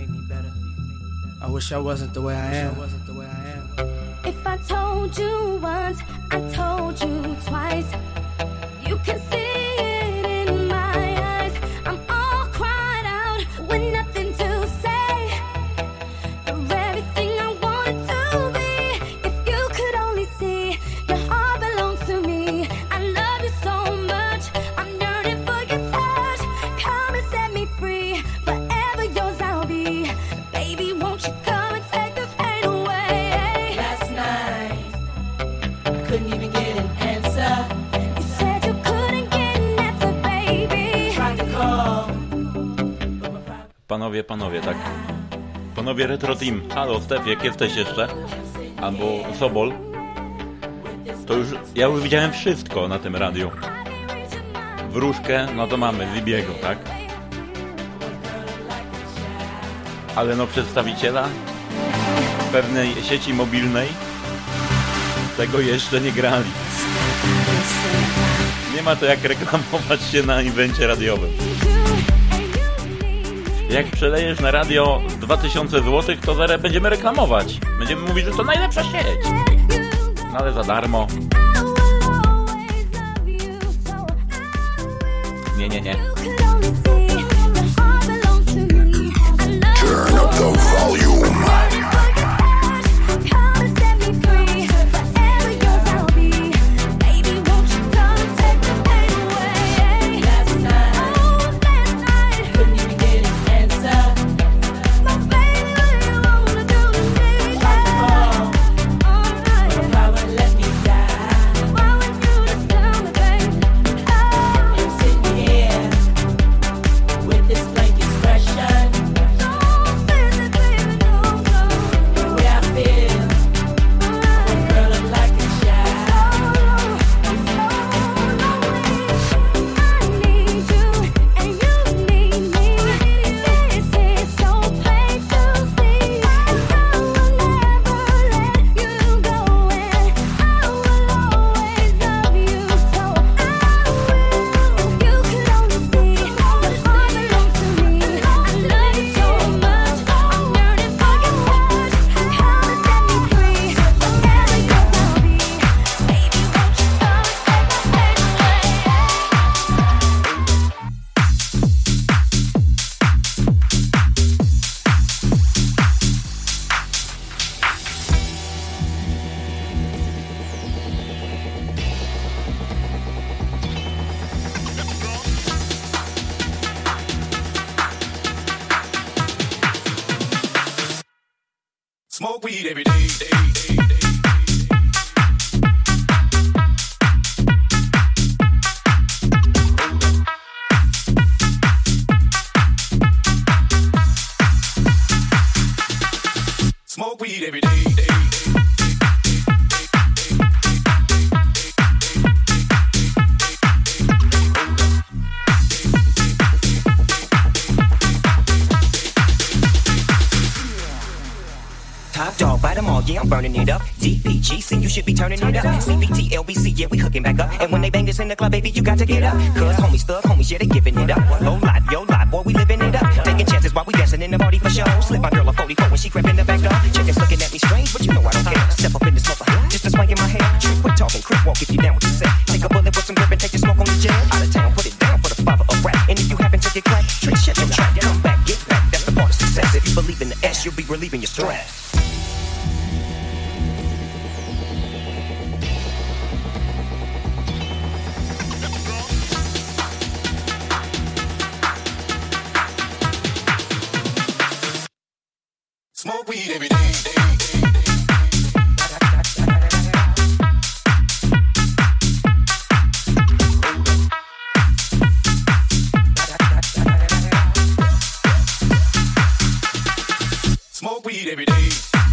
I wish I wasn't the way I am. If I told you once, I told you twice. You can see it in my eyes. I'm all cried out with nothing to say. You're everything I wanted to be. If you could only see, your heart belongs to me. I love you so much. I'm yearning for your touch. Come and set me free. Forever yours I'll be. Baby, won't you come and take this pain away? Last night, I couldn't even get an answer. You said you couldn't get an answer, baby. Tried to call. Panowie, tak. Panowie Retro Team, halo Stef, jak jesteś jeszcze? Albo Sobol. To już, ja już widziałem wszystko na tym radiu. Wróżkę, no to mamy Zibiego, tak? Ale no przedstawiciela pewnej sieci mobilnej tego jeszcze nie grali. Nie ma to jak reklamować się na evencie radiowym. Jak przelejesz na radio 2000 zł, to zaraz będziemy reklamować. Będziemy mówić, że to najlepsza sieć. No ale za darmo. Nie. Turn up the volume. Smoke weed every day. Smoke weed every day. Top dog, bite them all, yeah, I'm burning it up. DPGC, you should be turning it up. CBT, LBC, yeah, we hooking back up. And when they bang this in the club, baby, you got to get up. Cause homies, thug homies, yeah, they giving it up. Low life, yo life, boy, we living it up. Taking chances while we dancing in the party for show. Slip my girl a 44 when she crept in the back door. Chickens looking at me strange, but you know I don't care. Step up in this mother, just a swank in my hair. Trick, quit talking, crip walk if you down what you say. Take a bullet with some grip and take the smoke on the jet. Out of town, put it down for the father of rap. And if you happen to get cracked, trick, shut your trap. Come back, get back, that's the part of success. If you believe in the S, you'll be relieving your stress. Smoke weed every day. Smoke weed every day.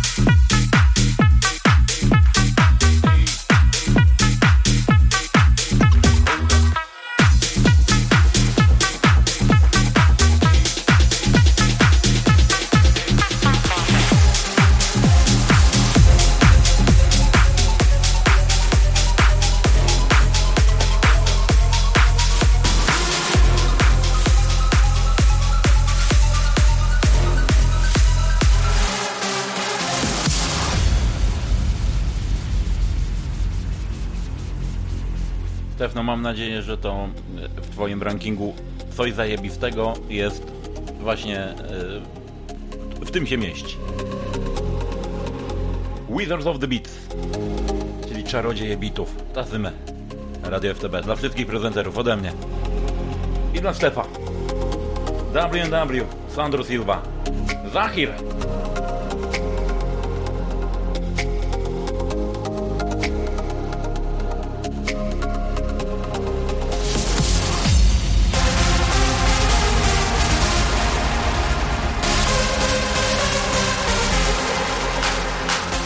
No mam nadzieję, że to w twoim rankingu coś zajebistego jest właśnie w tym się mieści. Wizards of the Beats, czyli czarodzieje bitów. Tacy my. Radio FTB. Dla wszystkich prezenterów ode mnie. I dla Stefa. W&W. Sandro Silva. Zahir.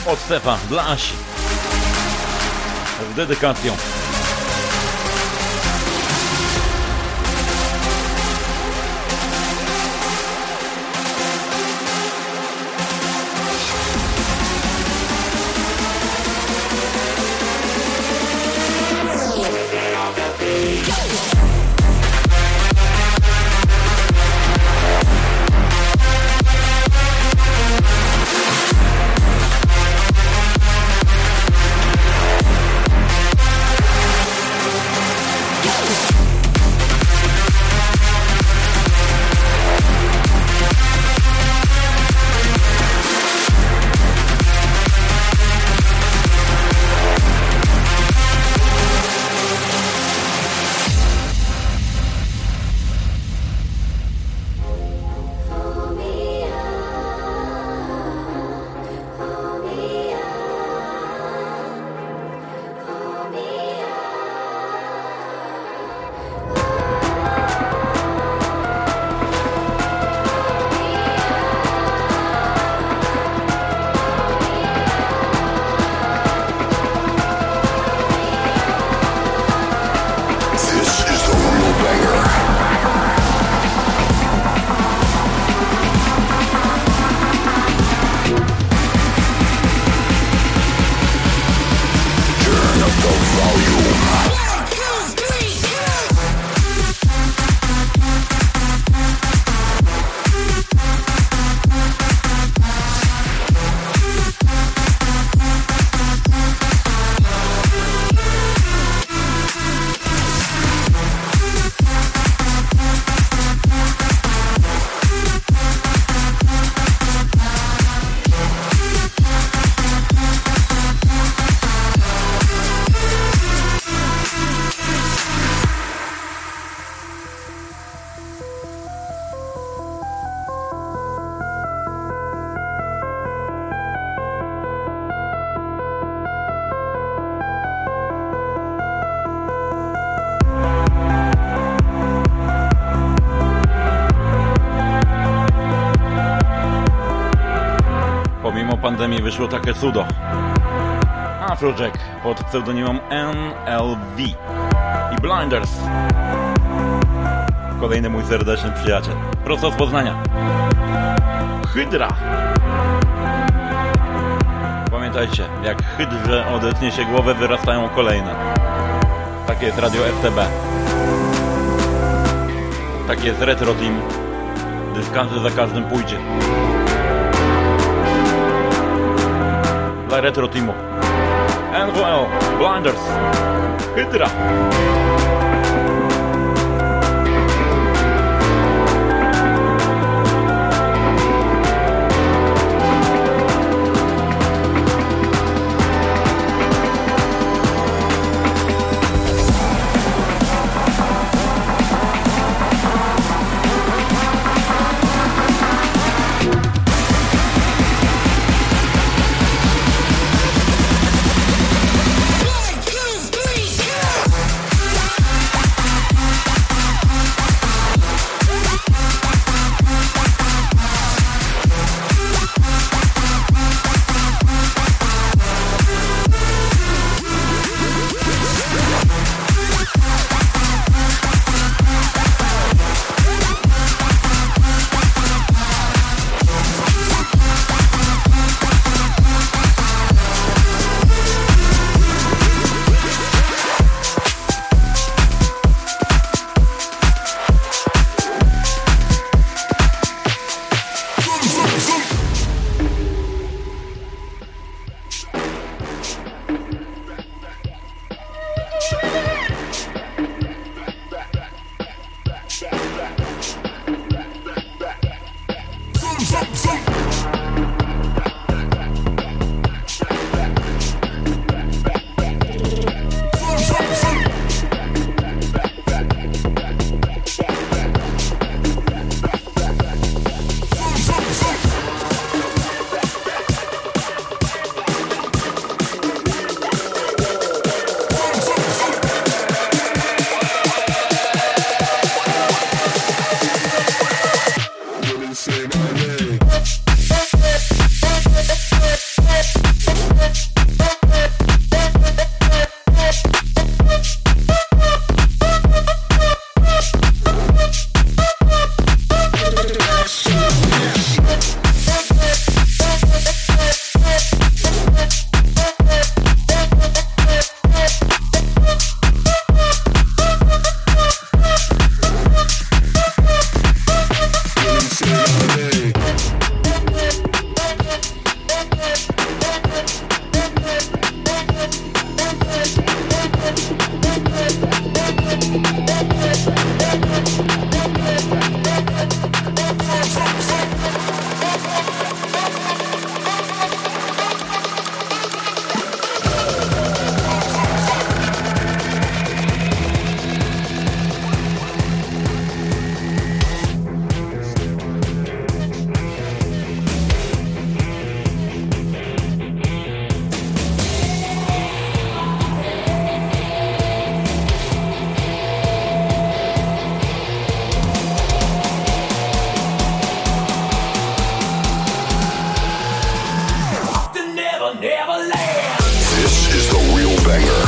Od Stefa dla Asi. Z dedykacją. Pandemii wyszło takie cudo. Afrojack pod pseudonimem NLV i Blinders. Kolejny mój serdeczny przyjaciel. Prosto z Poznania. Hydra. Pamiętajcie, jak hydrze odetnie się głowę, wyrastają kolejne. Takie jest Radio FTB. Takie jest Retro Team, gdyż każdy za każdym pójdzie. Dla Retro Teamu NWL, Blinders, Hydra. never land. This is the real banger.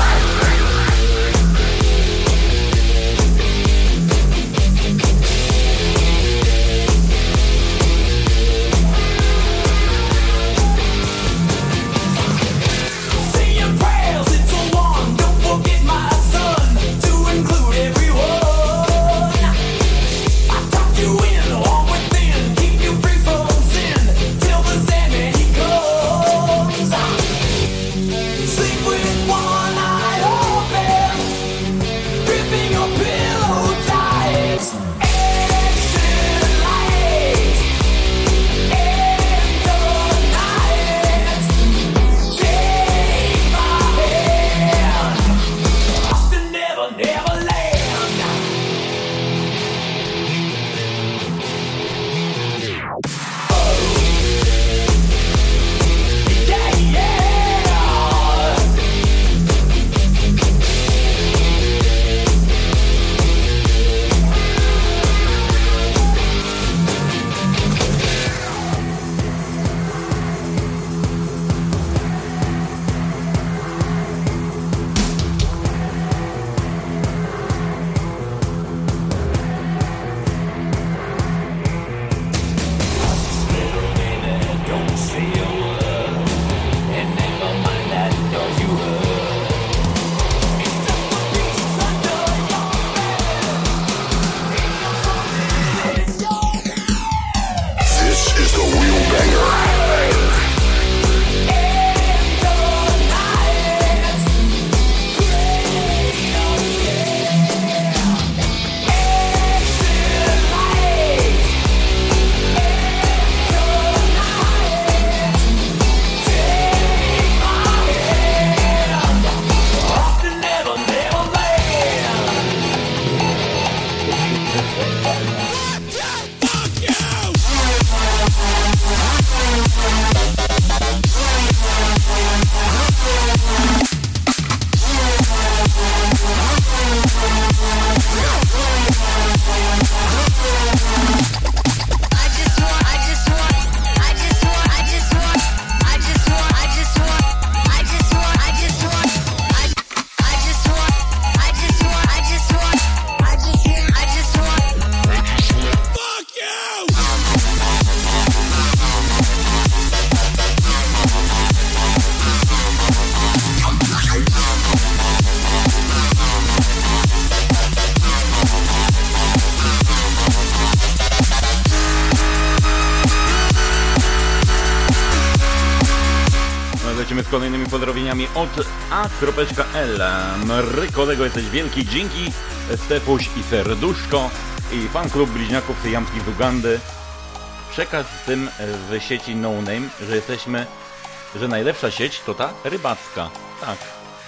Z kolejnymi pozdrowieniami od A.L. Mrykolego jesteś wielki, dzięki Stefuś i Serduszko i fan klub bliźniaków syjamskich z Ugandy. Przekaz tym w sieci No Name, że jesteśmy, że najlepsza sieć to ta rybacka. Tak.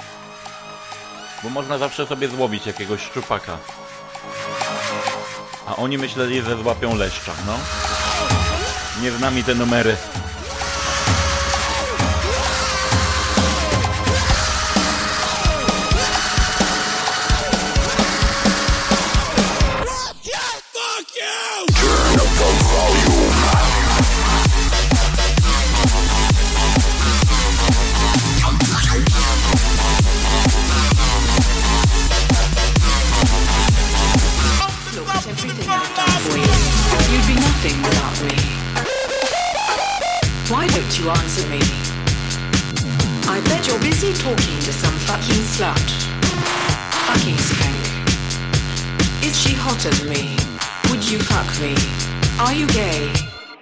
Bo można zawsze sobie złowić jakiegoś szczupaka. A oni myśleli, że złapią leszcza, no. Nie z nami te numery. Why don't you answer me? I bet you're busy talking to some fucking slut. Fucking skank. Is she hotter than me? Would you fuck me? Are you gay?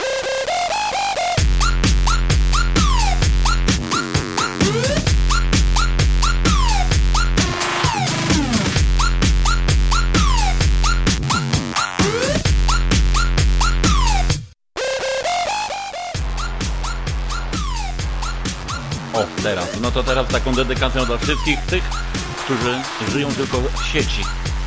O, teraz. No to teraz taką dedykacją dla wszystkich tych, którzy żyją tylko w sieci.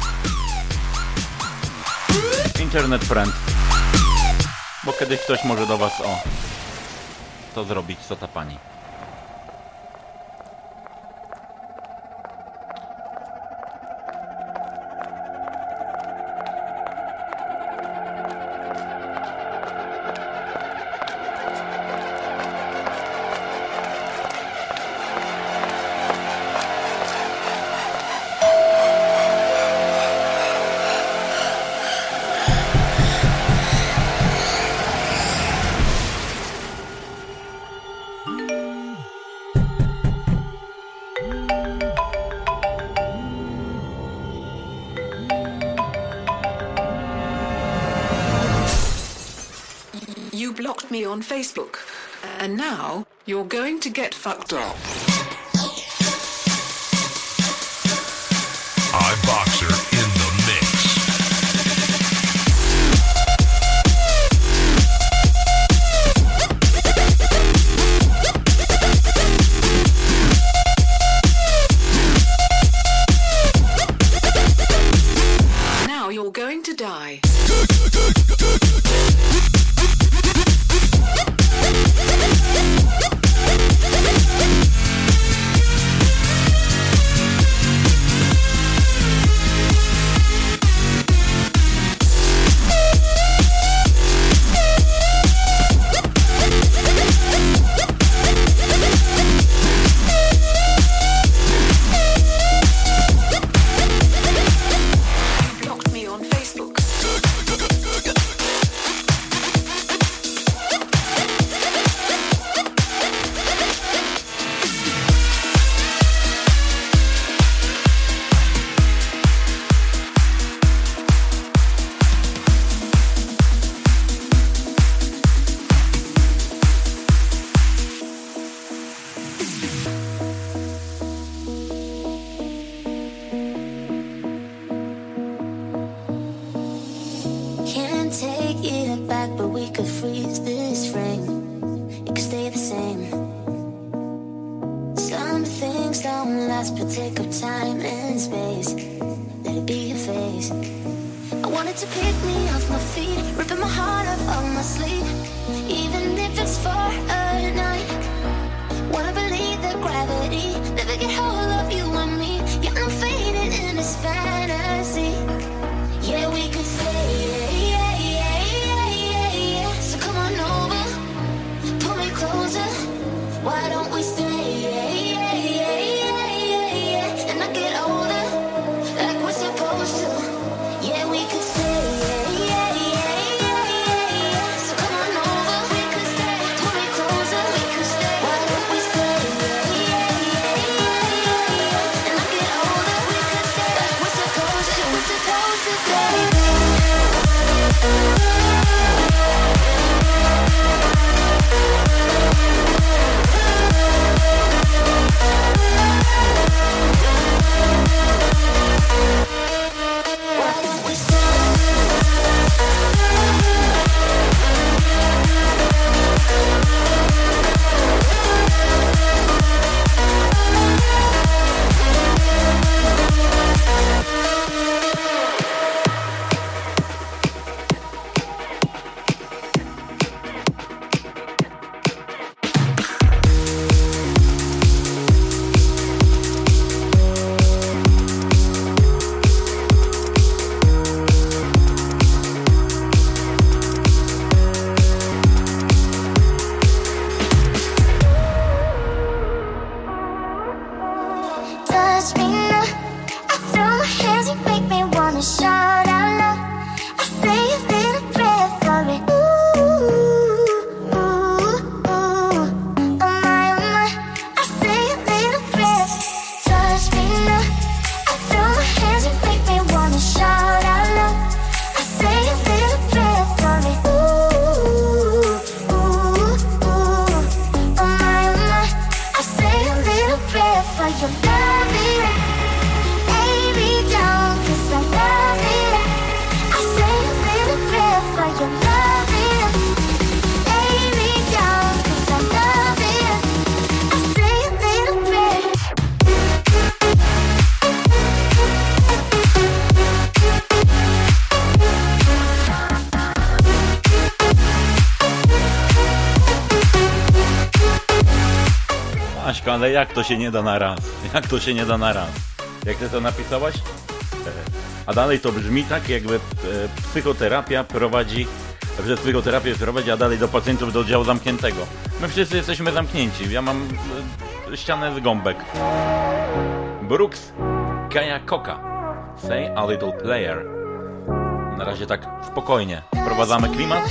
Internet friend. Bo kiedyś ktoś może do was, to zrobić, co ta pani. blocked me on Facebook. And now you're going to get fucked up. iBoxer in the mix. Now you're going to die. Ale jak to się nie da na raz? Jak to się nie da na raz? Jak ty to napisałaś? A dalej to brzmi tak, jakby psychoterapia prowadzi, przez psychoterapię prowadzi, a dalej do pacjentów do oddziału zamkniętego. My wszyscy jesteśmy zamknięci. Ja mam ścianę z gąbek. Brooks, Kaya Koka, Say a Little Player. Na razie tak spokojnie. Wprowadzamy klimat.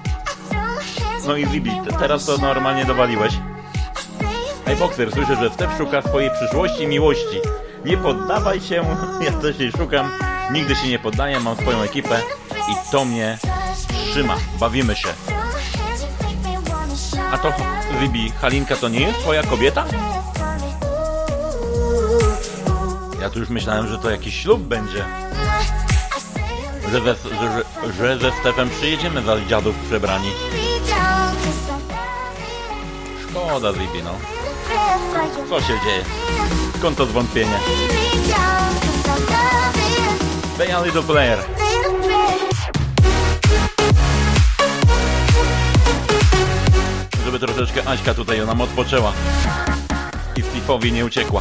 No i Zibi, teraz to normalnie dowaliłeś. iBoxer, słyszę, że Stef szuka swojej przyszłości i miłości. Nie poddawaj się, ja też jej szukam. Nigdy się nie poddaję, mam swoją ekipę i to mnie trzyma. Bawimy się. A to, Zibi, Halinka to nie jest twoja kobieta? Ja tu już myślałem, że to jakiś ślub będzie. Że ze Stefem przyjedziemy za dziadów przebrani. Szkoda, Zibi, no. Co się dzieje? Skąd to zwątpienie? They are little player. Żeby troszeczkę Aśka tutaj nam odpoczęła i Steve'owi nie uciekła.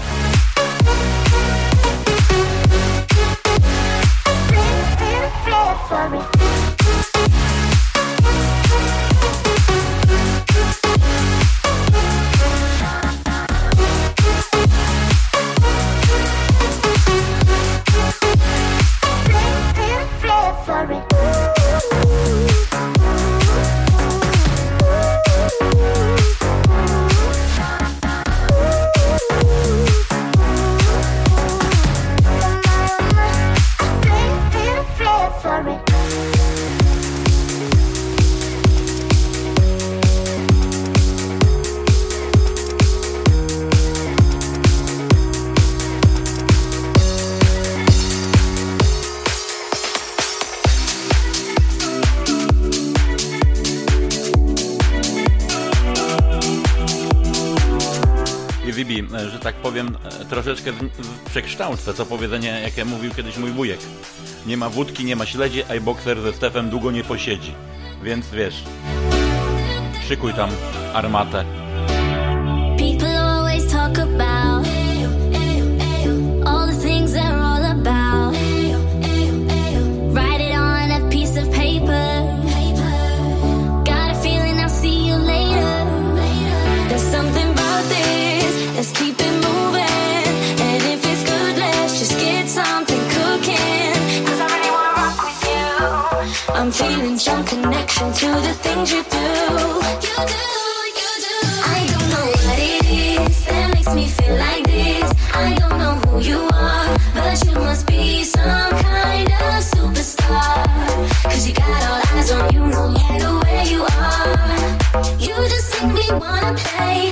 Że tak powiem, troszeczkę przekształcę to powiedzenie, jakie mówił kiedyś mój wujek. Nie ma wódki, nie ma śledzi, a bokser ze Stefem długo nie posiedzi. Więc wiesz, szykuj tam armatę. People always talk about all the things they're all about. Write it on a piece of paper. Got a feeling I'll see you later. There's something about this. Let's keep it moving. And if it's good, let's just get something cooking. 'Cause I really wanna rock with you. I'm feeling some connection to the things you do. You do. I don't know what it is that makes me feel like this. I don't know who you are, but you must be some kind of superstar. 'Cause you got all eyes on you no matter where you are. You just make me wanna play.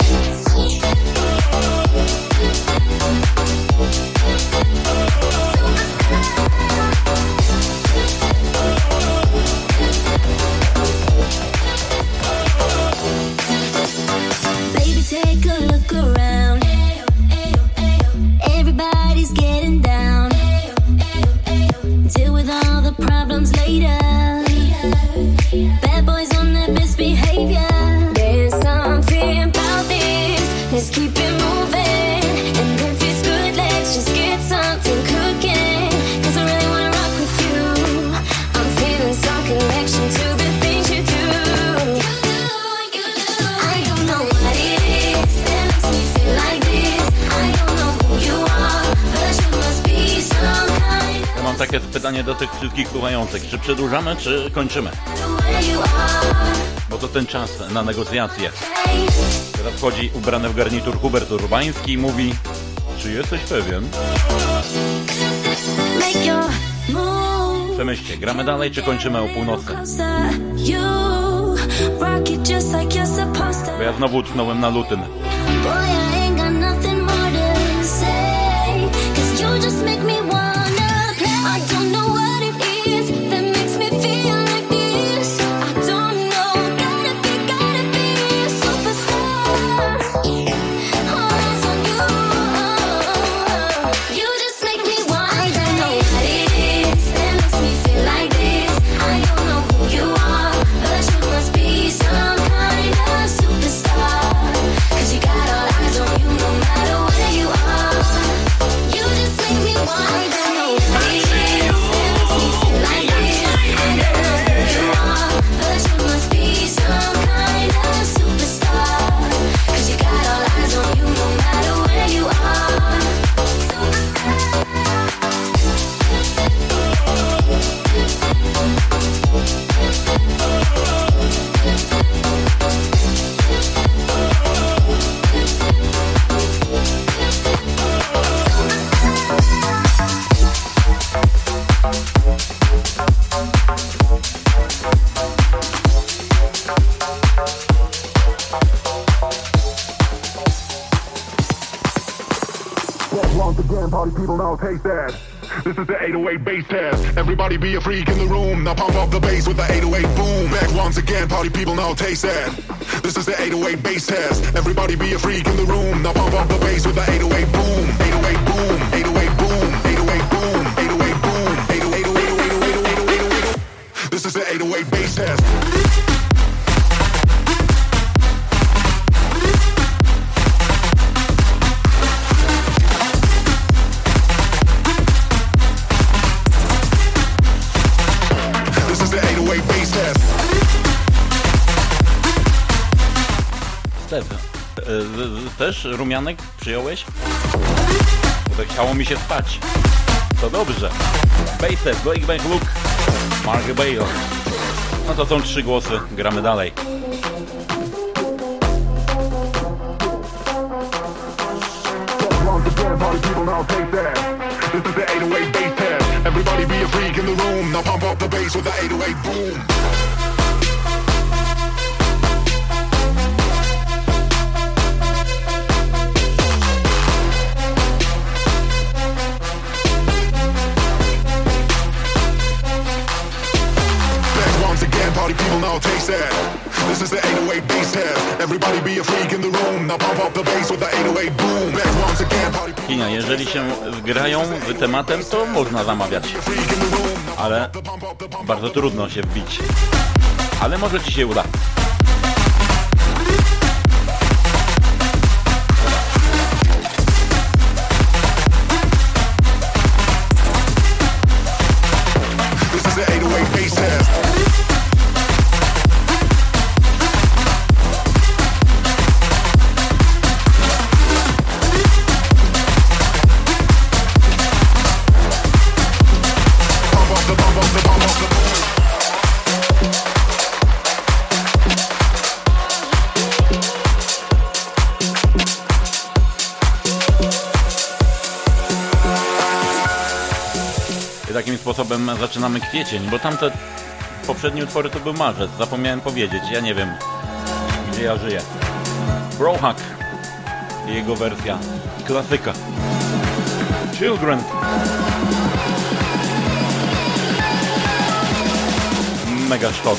Baby, take a look around. Everybody's getting down. Deal with all the problems later. Bad boys on their best behavior. There's something about this. Let's keep it moving. And if it's good, let's just get something cooking. 'Cause I really wanna rock with you. I'm feeling some connection to the things you do. I don't know what it is that makes me feel like this. I don't know who you are, but you must be some kind. Ja mam takie pytanie do tych wszystkich słuchających. Czy przedłużamy, czy kończymy? Bo to ten czas na negocjacje. Teraz wchodzi ubrany w garnitur Hubert Urbański i mówi: czy jesteś pewien? Przemyślcie, gramy dalej, czy kończymy o północy? Bo ja znowu utknąłem na lutym. Cause you got Once again, party people now taste that. This is the 808 bass test. Everybody be a freak in the room. Now pump up the bass with the 808 boom. Back once again, party people now taste that. This is the 808 bass test. Everybody be a freak in the room. Now pump up the bass with the 808 boom. 808 boom. 808 boom. 808 boom. 808 boom. 808. This is the 808 bass test. Też rumianek przyjąłeś? Bo tak chciało mi się spać. To dobrze. Bass test, Blake Bank Luke, Mark Bale. No to są 3 głosy, gramy dalej. This is the 808 bass test. Everybody be a freak in the room. Now pump up the bass with the 808 boom. Party people now taste that. This is the 808 bass test. Everybody be a freak in the room. Now pump up the bass with the 808 boom. Back once again, party people. Kinia, jeżeli się zgrają z tematem, to można zamawiać. Ale bardzo trudno się wbić. Ale może ci się uda. This is the 808 bass test. Takim sposobem zaczynamy kwiecień, bo tamte poprzednie utwory to był marzec. Zapomniałem powiedzieć, ja nie wiem, gdzie ja żyję. Brohak i jego wersja, klasyka. Children. Mega sztos.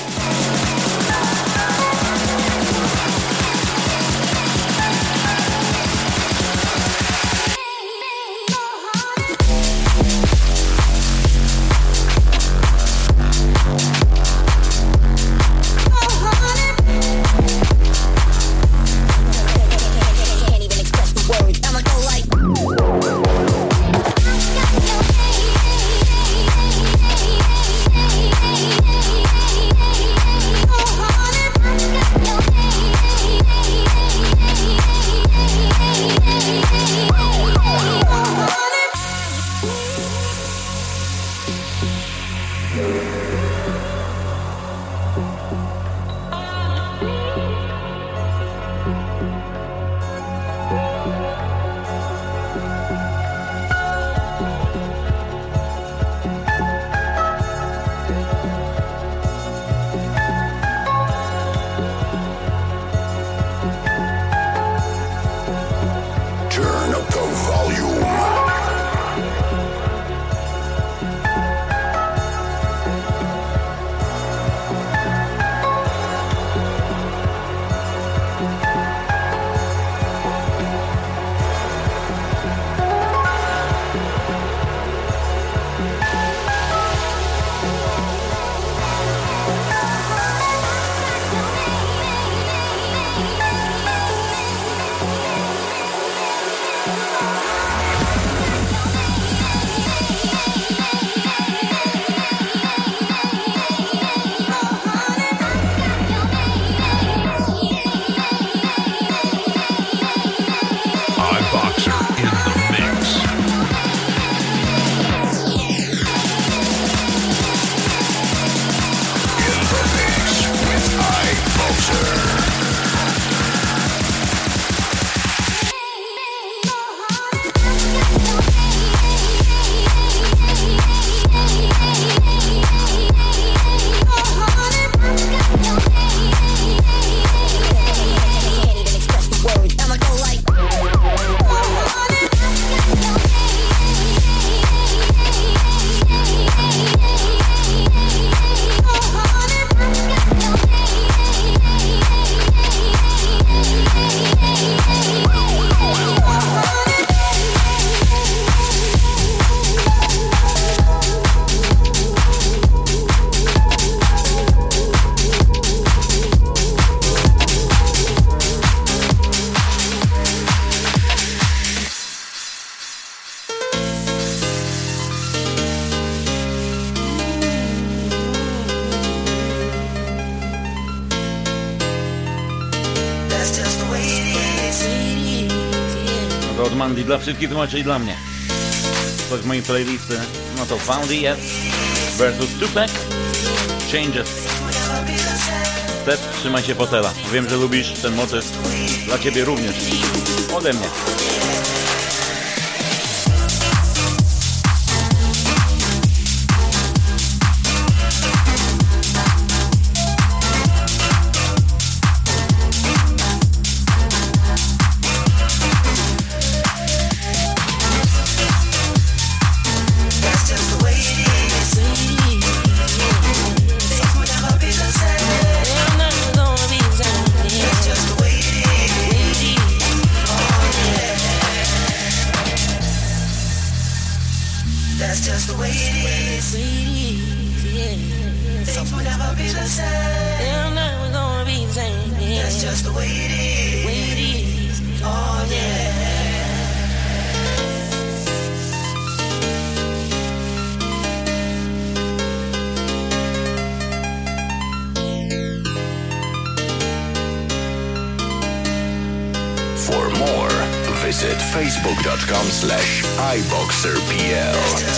To od Mandy dla wszystkich tłumaczy i dla mnie. To z mojej playlisty. No to Foundy Yes versus Tupac Changes. Step, trzymaj się fotela. Wiem, że lubisz ten motyw. Dla ciebie również. Ode mnie. Visit facebook.com/iboxerpl.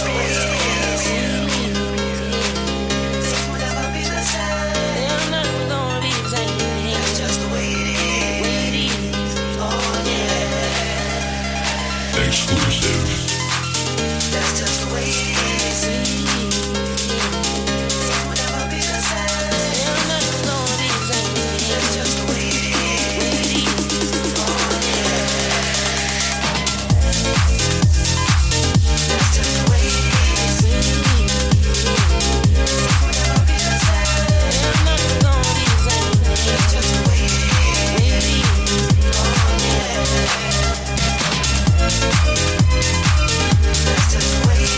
Exclusive. That's just the way it is. Someone never be the same. They're never gonna be the same. That's just the way it is. Oh yeah. That's just the way it is. Someone never be the same. They're never gonna be the same. That's just the way it is. Oh yeah. That's just the way it is.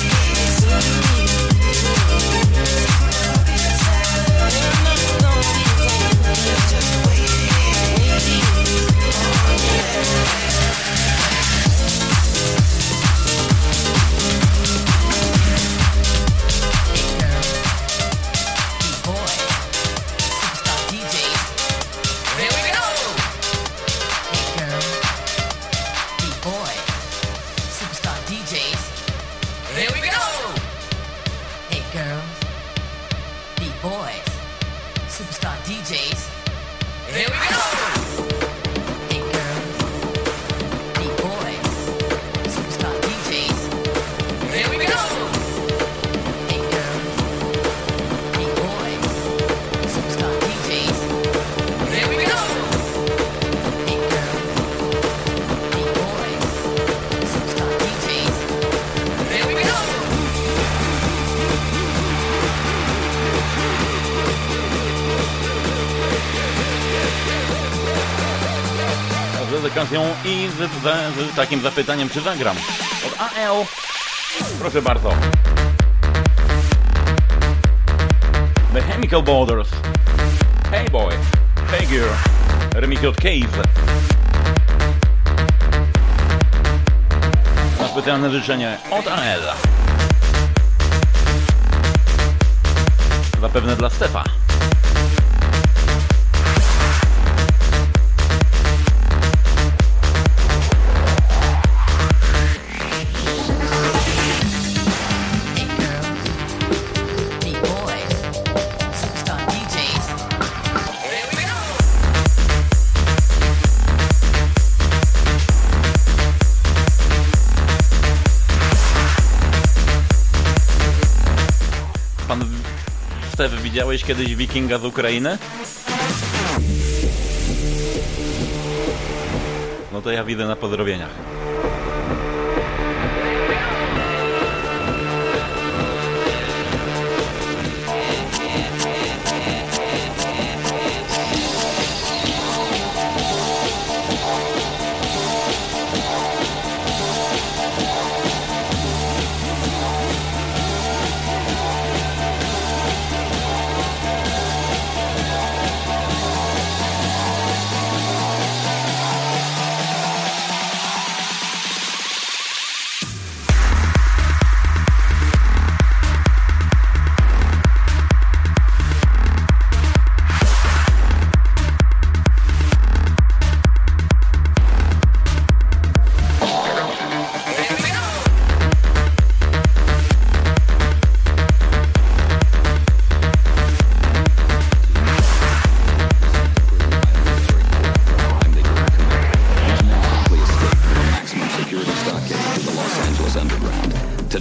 I z takim zapytaniem, czy zagram od AL. Proszę bardzo. The Chemical Brothers. Hey boy, hey girl. Remix od Cave. Na specjalne życzenie od AL. Zapewne dla Stefa. Stef, widziałeś kiedyś Wikinga z Ukrainy? No to ja widzę na pozdrowieniach.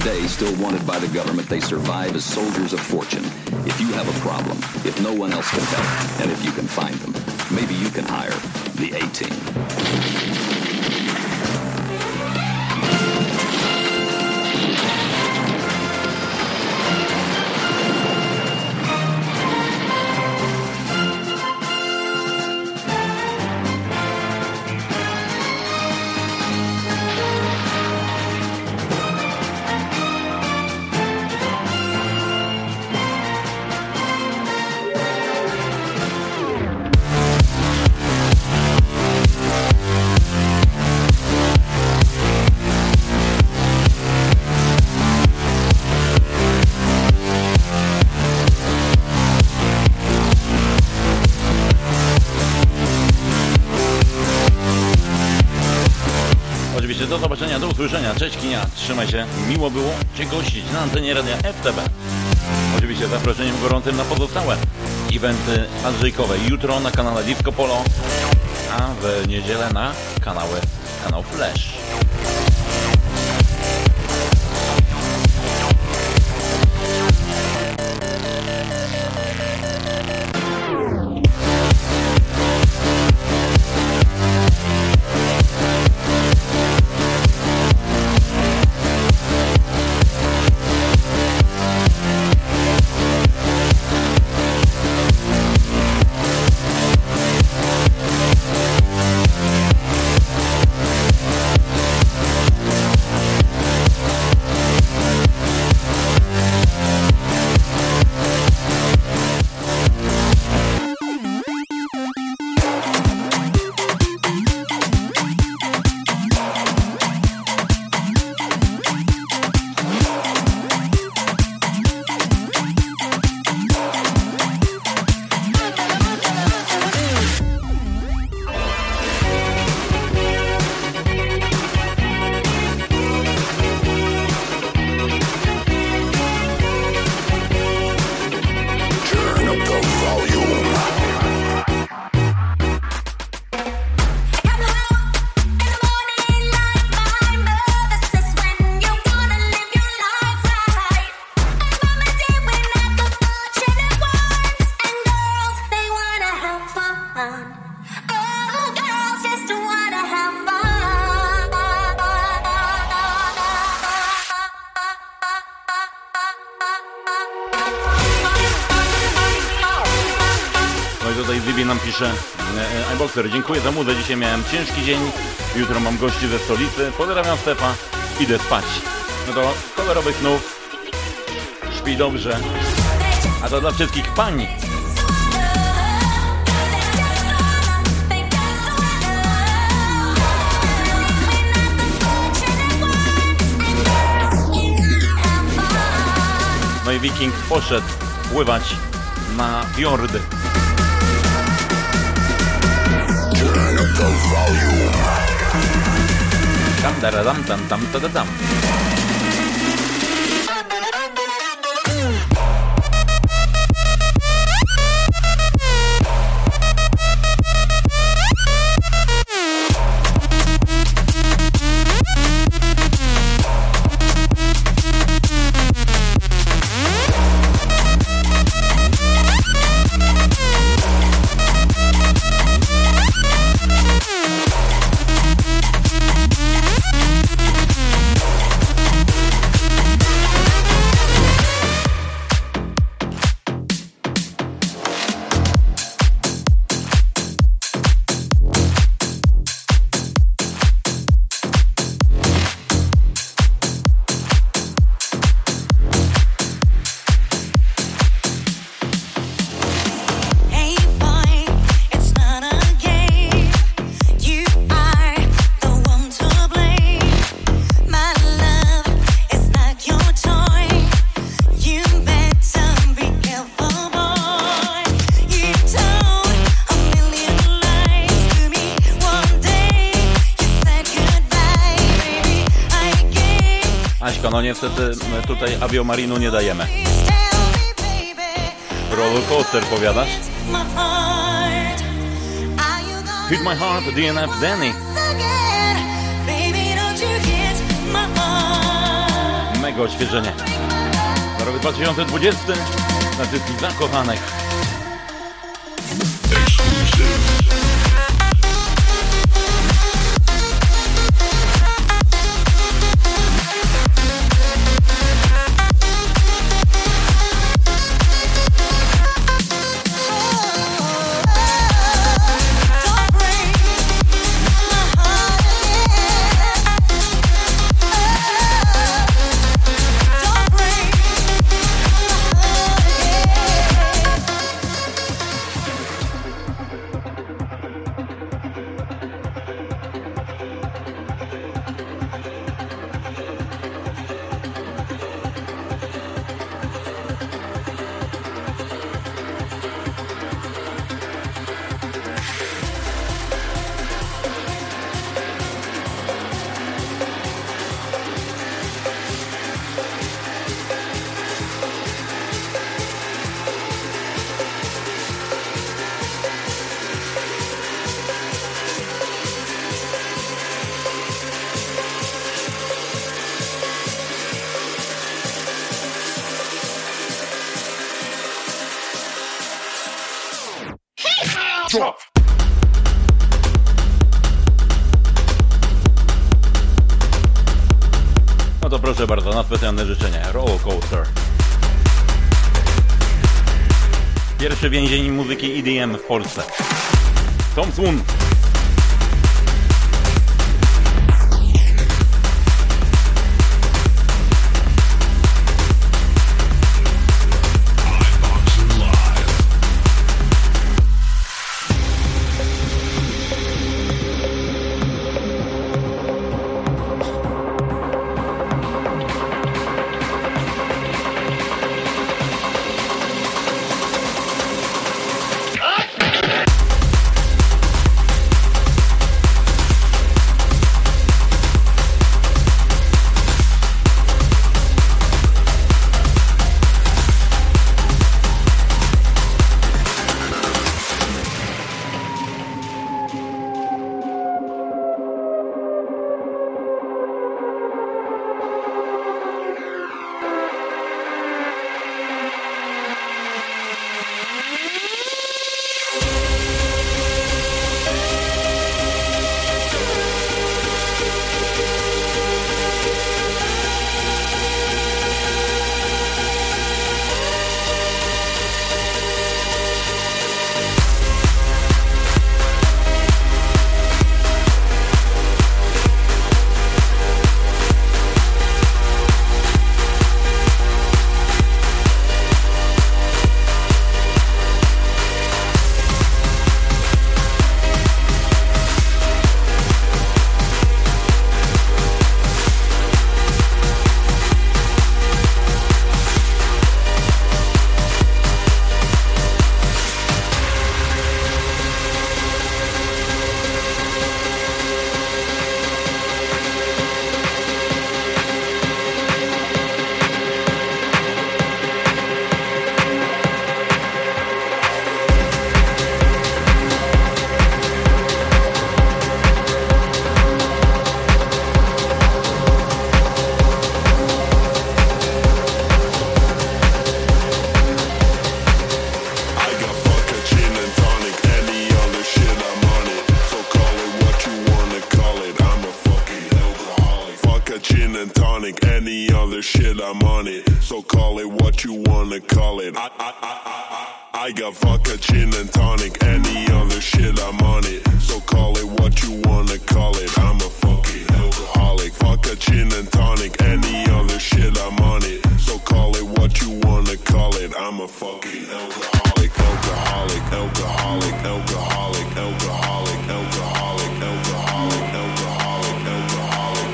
today still wanted by the government, they survive as soldiers of fortune. If you have a problem, if no one else can help, and if you can find them, maybe you can hire the A-Team. Do zobaczenia, do usłyszenia. Cześć Kinia, trzymaj się. Miło było Cię gościć na antenie Radia FTB. Oczywiście zaproszeniem gorącym na pozostałe eventy andrzejkowe. Jutro na kanale Disco Polo, a w niedzielę na kanał Flash. Nam pisze iBoxer, dziękuję za muzę, dzisiaj miałem ciężki dzień, jutro mam gości ze stolicy, pozdrawiam Stefa, idę spać. No to kolorowych snów, śpi dobrze, a to dla wszystkich pań. No i Wiking poszedł pływać na fiordy. Tam daradam, tam tadadam. No niestety tutaj Aviomarinu nie dajemy. Rollercoaster powiadasz? Hit My Heart, DNF Danny. jego odświeżenie. Na rok 2020 na dyski zakochanych. Drop. No to proszę bardzo, na specjalne życzenie. Roller Coaster. Pierwszy więzień muzyki EDM w Polsce. Tom Swan. I got vodka, gin and tonic, any other shit, I'm on it. So call it what you wanna call it. I'm a fucking alcoholic. Vodka, gin and tonic, any other shit, I'm on it. So call it what you wanna call it. I'm a fucking alcoholic, alcoholic, alcoholic, alcoholic, alcoholic, alcoholic, alcoholic, alcoholic, alcoholic, alcoholic,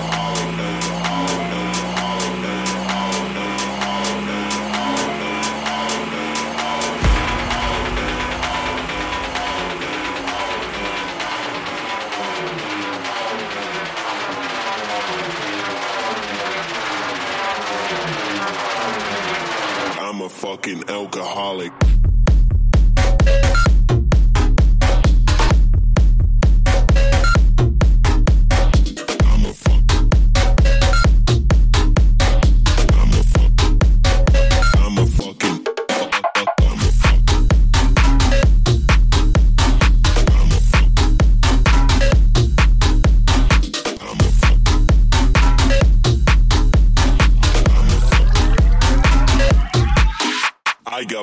I'm a fucking alcoholic.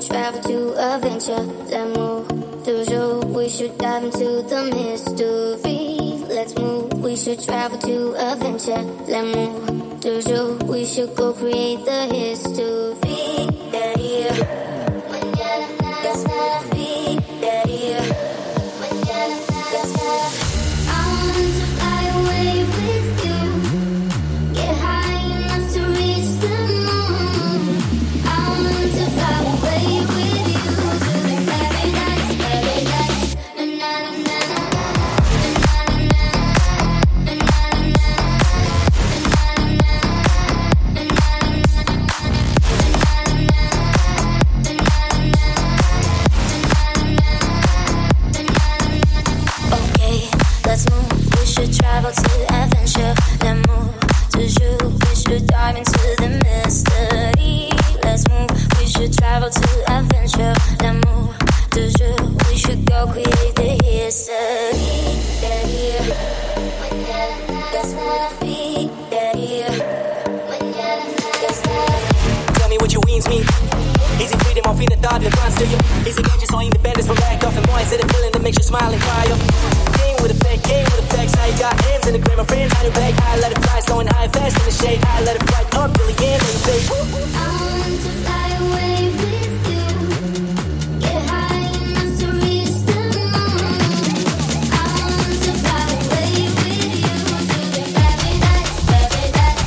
should travel to adventure. Let's move toujours. We should dive into the mystery. Let's move. We should travel to adventure. Let's move toujours. We should go create the history. That here. That's what I feel. That here. That's what I want to fly away with you. Get high enough to reach the moon. I want to fly away with you to the paradise, paradise. Na na na na na na na na na. Let's move, we should travel to adventure. Let's move, toujours, we should dive into the mystery. Let's move, we should travel to adventure. Let's move, toujours, we should go create the history. That here, that's what I feel. That here, that's what I feel. Tell me what your wings mean. Is it freedom or feeling thought in the blind still? Is it gorgeous or independence from back off? And more is it a feeling that makes you smile and cry off? With effects, how you got hands in the grave, my friends, how you back, I let it fly, slowing high and fast in the shade, I let it fly up, really in the face. I want to fly away with you, get high enough to reach the moon. I want to fly away with you to the paradise, paradise.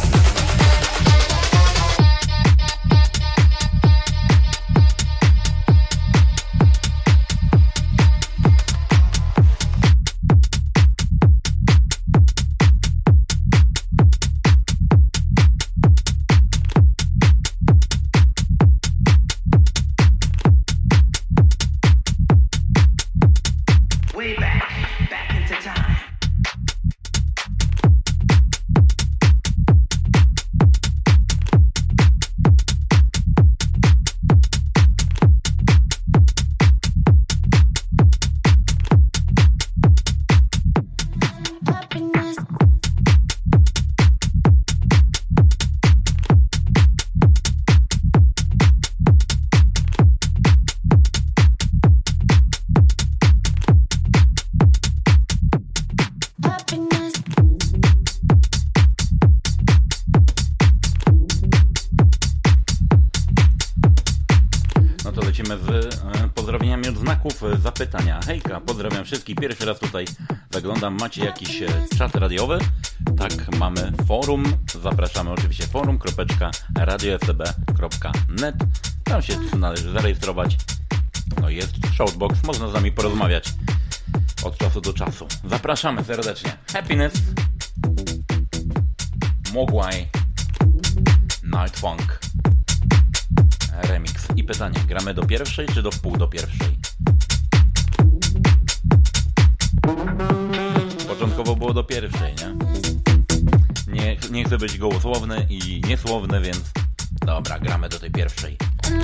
Zapytania. Hejka, pozdrawiam wszystkich. Pierwszy raz tutaj zaglądam. Macie jakiś czat radiowy? Tak, mamy forum. Zapraszamy oczywiście forum.radioftb.net. Tam się należy zarejestrować. No jest shoutbox, można z nami porozmawiać od czasu do czasu. Zapraszamy serdecznie. Happiness, Mogwai, Night Funk Remix. I pytanie, gramy do pierwszej czy do wpół do pierwszej? Początkowo było do pierwszej, nie? Nie chcę być gołosłowny i niesłowny, więc dobra, gramy do tej pierwszej.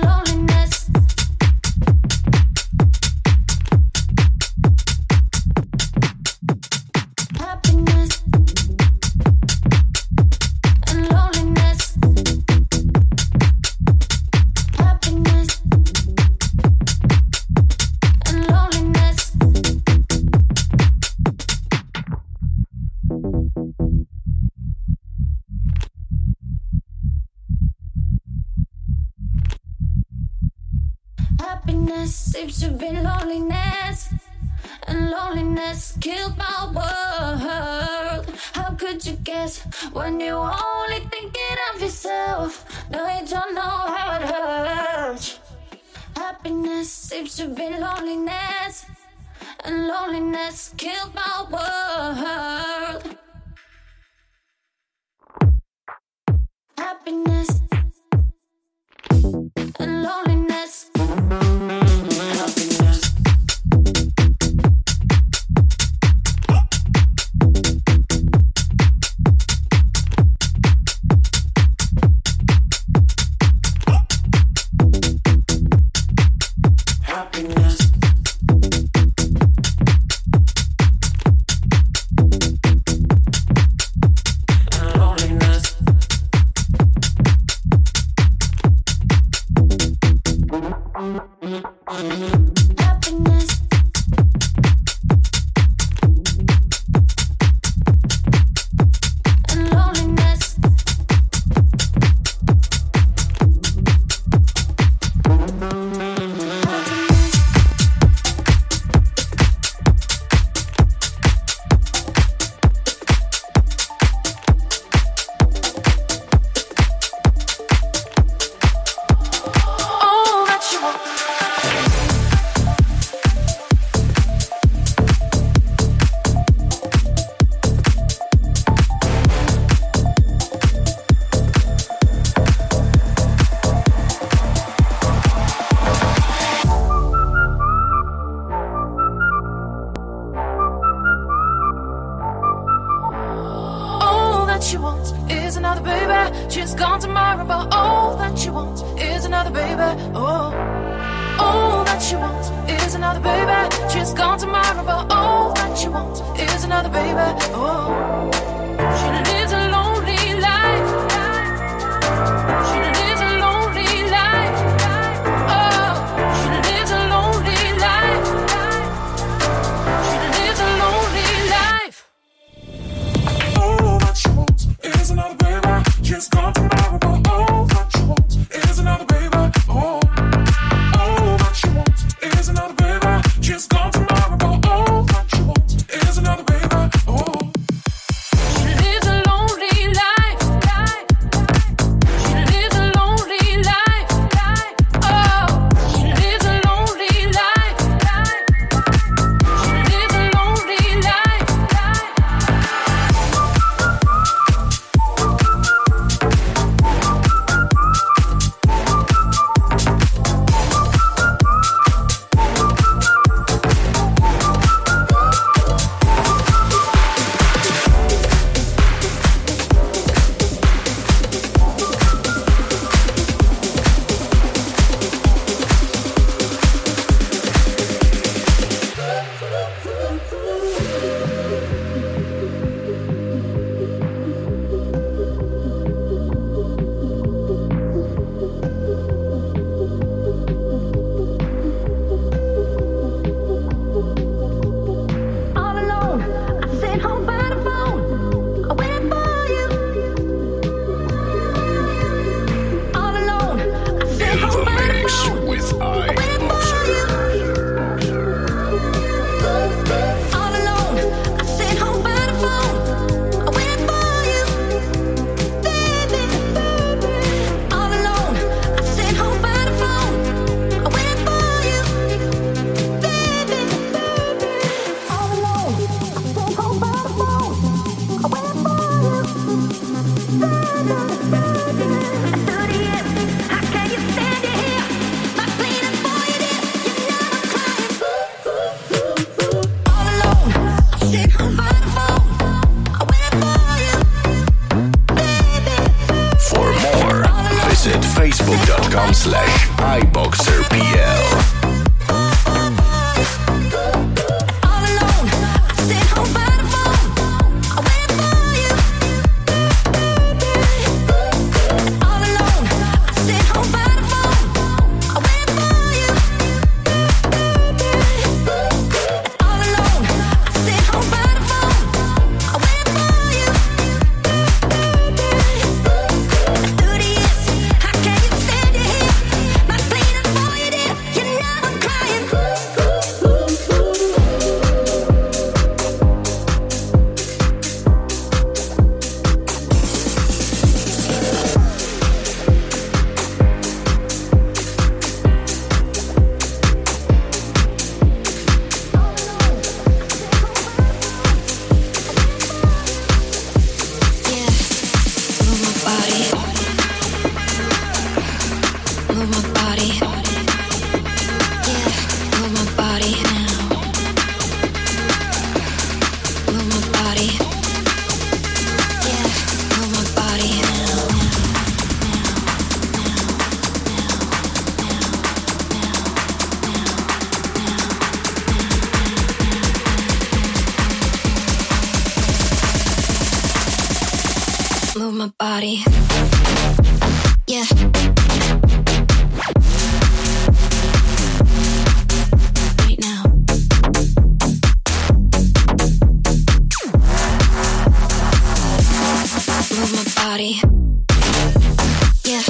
Seems to be loneliness, and loneliness killed my world. How could you guess when you're only thinking of yourself? No, you don't know how it hurts. Happiness seems to be loneliness, and loneliness killed my world. Happiness and loneliness. that you want is another baby. She's gone tomorrow, but all that you want is another baby. Oh, all that you want is another baby. She's gone tomorrow, but all that you want is another baby. Oh, she lives a lonely life. She lives a lonely life. Oh, she lives a lonely life. She lives a lonely life. All that you want is another baby. She's gone tomorrow, but all that you want is another baby. Oh, all that you want is another baby. She's gone tomorrow, but all that you want is another baby. Oh. Facebook.com/iBoxerPL. Move my body. Yeah. Right now. Move my body. Yeah.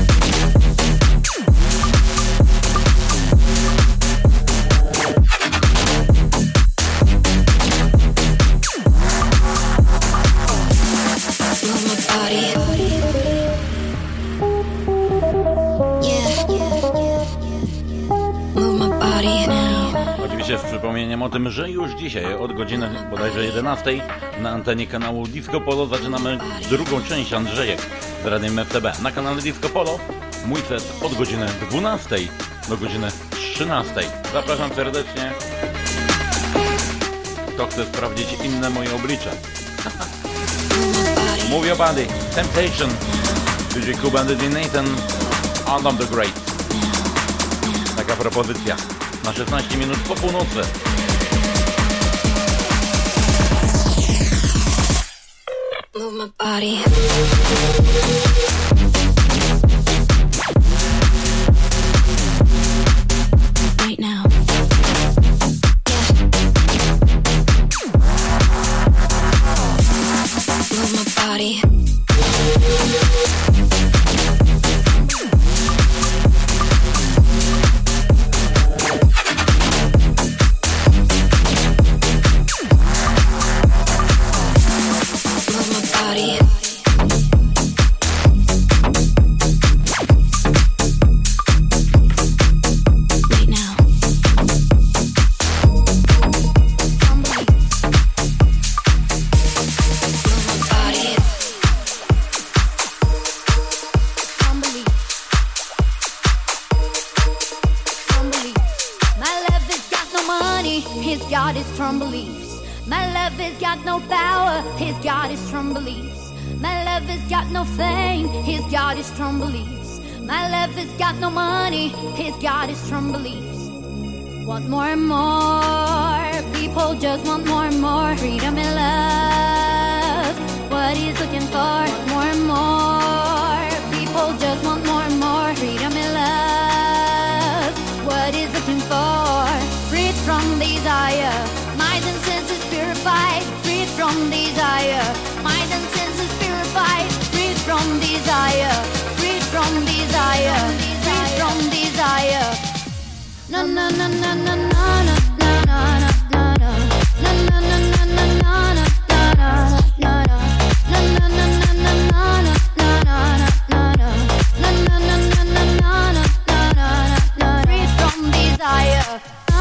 Oczywiście z przypomnieniem o tym, że już dzisiaj od godziny bodajże 11 na antenie kanału Disco Polo zaczynamy drugą część Andrzejek z Radiem FTB. Na kanale Disco Polo mój set od godziny 12 do godziny 13. Zapraszam serdecznie. Kto chce sprawdzić inne moje oblicze. Move Your Body, Temptation, DJ Kuba and DJ Nathan, Adam the Great. Taka propozycja na 16 minut po północy. Move my body. Right now. Move my body. Strong beliefs. My love has got no money. He's got his strong beliefs. Want more and more. People just want more and more. Freedom and love. What he's looking for. Want more and more. People just want more and more. Freedom and love. What he's looking for. Freed from desire. Mind and senses purified. Freed from desire. Mind and senses purified. Freed from desire. From desire, free from desire. Na na na na na na na na na na na na na na na na na free from desire.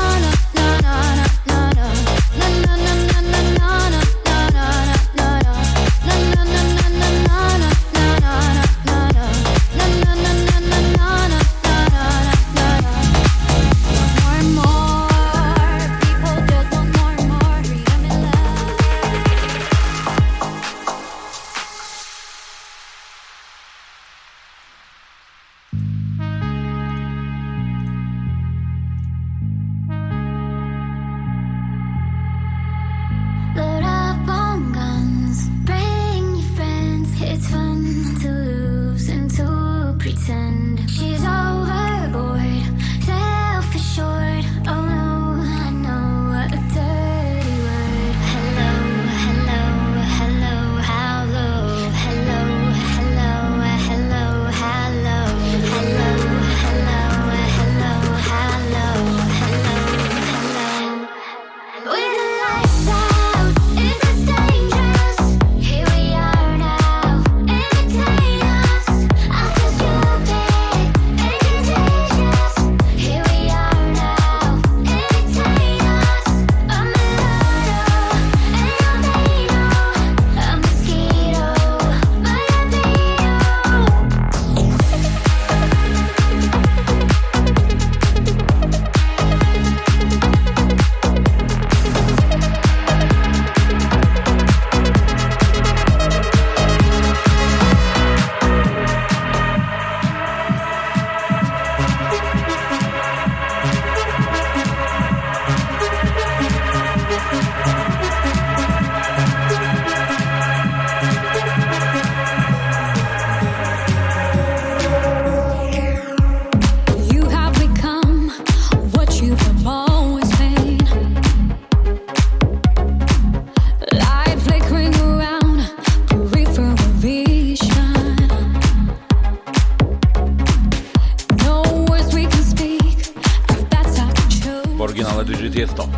jest to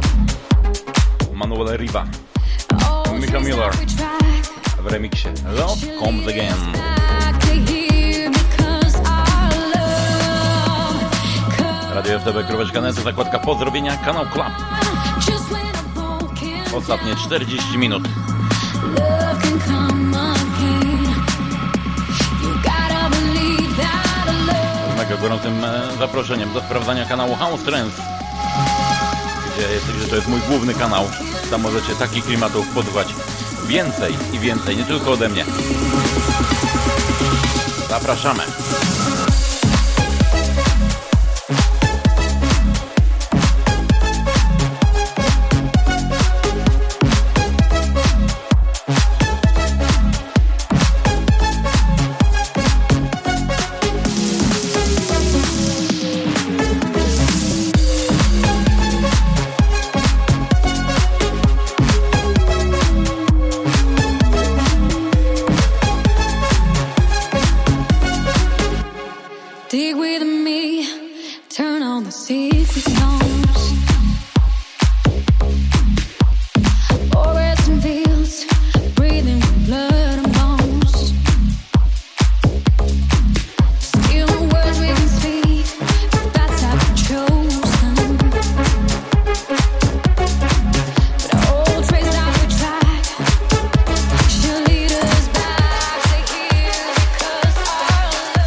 Manuel Riva, Michael Miller w remiksie Love Comes Again. Radio FTB.net, zakładka pozdrowienia, kanał Club. Ostatnie 40 minut. Z mega gorącym zaproszeniem do sprawdzania kanału House Trends, gdzie jest, że to jest mój główny kanał. Tam możecie takich klimatów posłuchać Więcej i więcej, nie tylko ode mnie. Zapraszamy. Dig with me, turn on the secret songs. Forests and fields, breathing with blood and bones. Still the words we can speak, if that's how we chosen. But our old trace that we track, she'll lead us back to here because our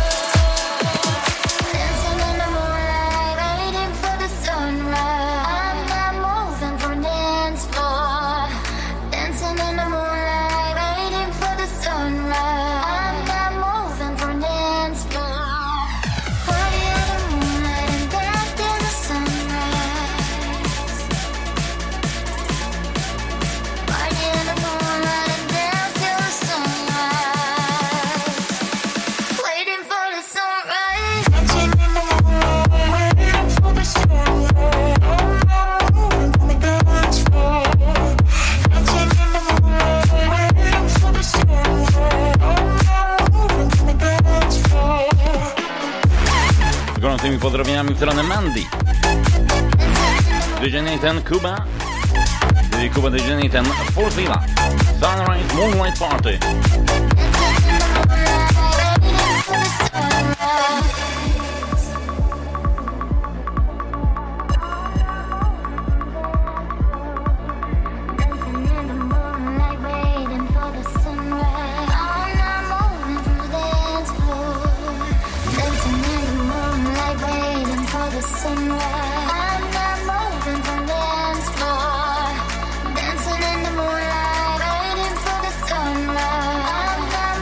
Dancing in the moonlight, waiting for the sunrise. I'm not moving from dance floor. Dancing in the moonlight, waiting for the sunrise. I'm not moving from dance floor. Party in the moonlight and dance till the sunrise. Party in the moonlight and dance till the sunrise. Waiting for the sunrise. Dancing in the moonlight, waiting for the sunrise. I'm not moving from the dance floor. Dancing in the moonlight, waiting for the sunrise. I'm not moving from the dance floor. Z gorącymi pozdrowieniami w stronę Mandy. DJ Nathan, Kuba. DJ Kuba, DJ Nathan, Full Villa. Sunrise Moonlight Party. I'm not moving from dance floor. Dancing in the moonlight, waiting for the sunrise. I'm not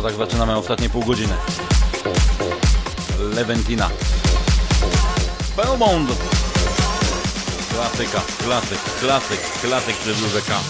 to tak zaczynamy ostatnie pół godziny. Leventina. Belmont. Klasyka, klasyk przy bluzie K.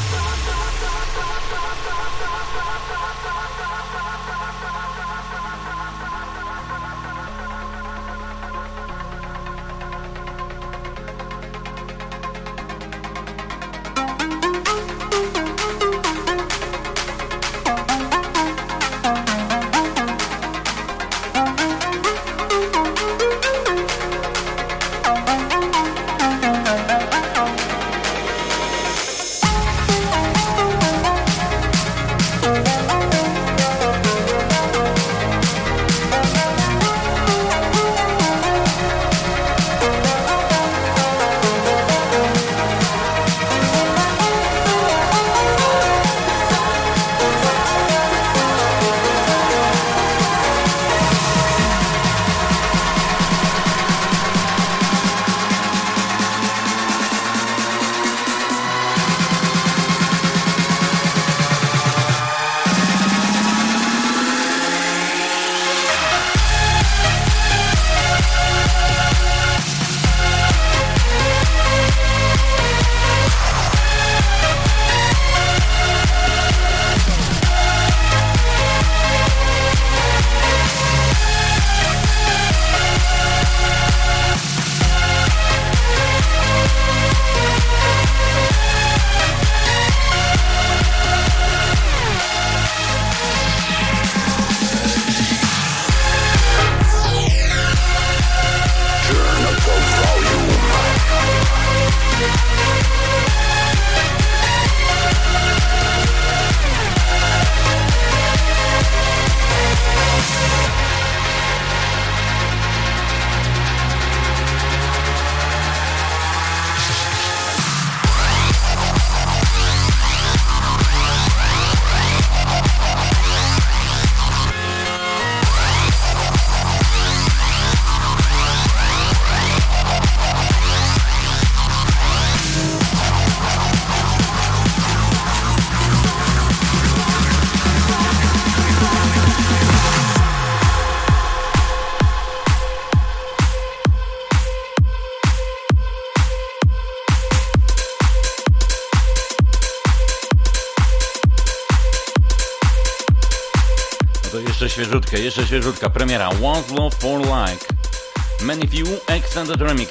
Jeszcze świeżutka, premiera What's Love For Like, Many Few Extended Remix,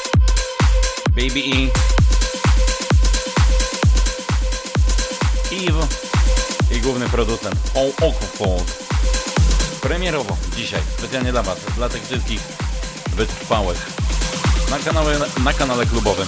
Baby E, Eve i główny producent Paul Oakenfold. Premierowo dzisiaj, specjalnie dla Was, dla tych wszystkich wytrwałych. Na kanale klubowym.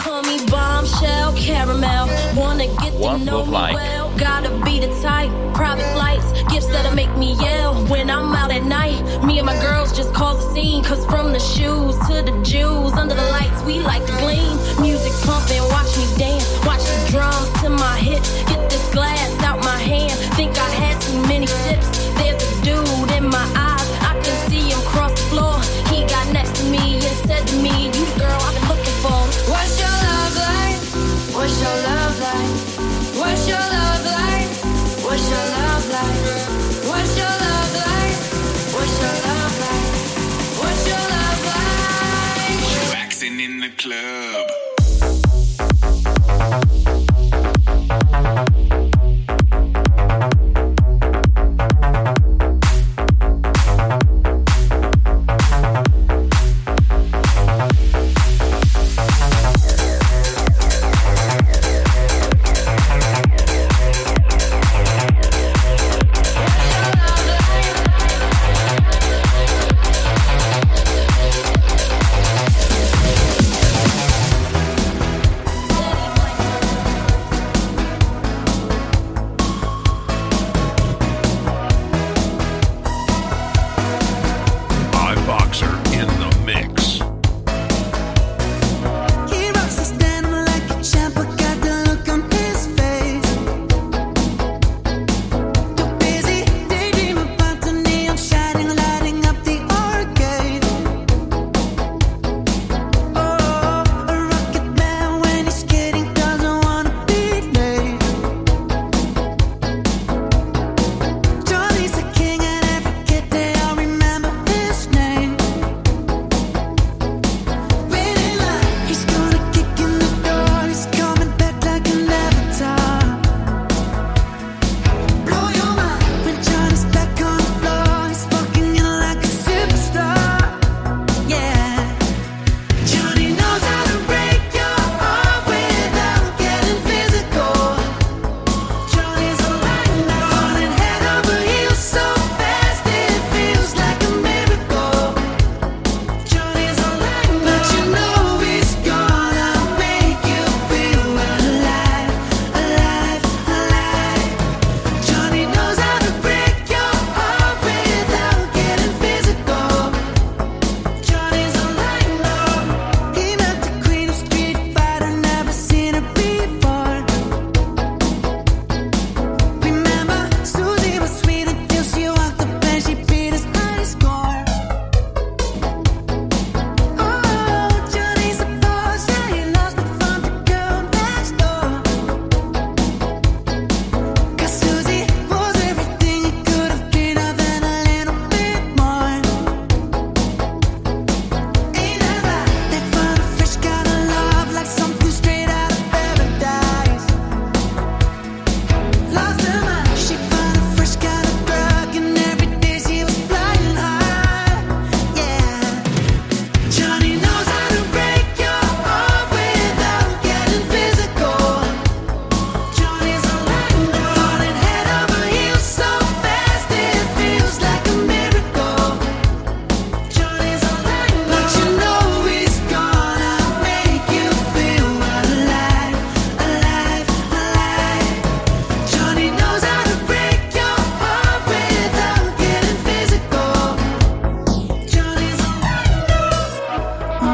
What's Love Like? Gotta be the type, private flights, gifts that'll make me yell when I'm out at night. Me and my girls just cause a scene, cause from the shoes to the Jews, under the lights we like to gleam. Music pumping, watch me dance, watch the drums to my hips, get this glass out my hand, think I had too many sips. There's a dude in my eyes, I can see him cross the floor. He got next to me and said to me, you the girl I've been looking for. What's your love like? What's your love like? What's your love like? What's your love like? What's your love like? What's your love like? What's your love like? Waxing in the club.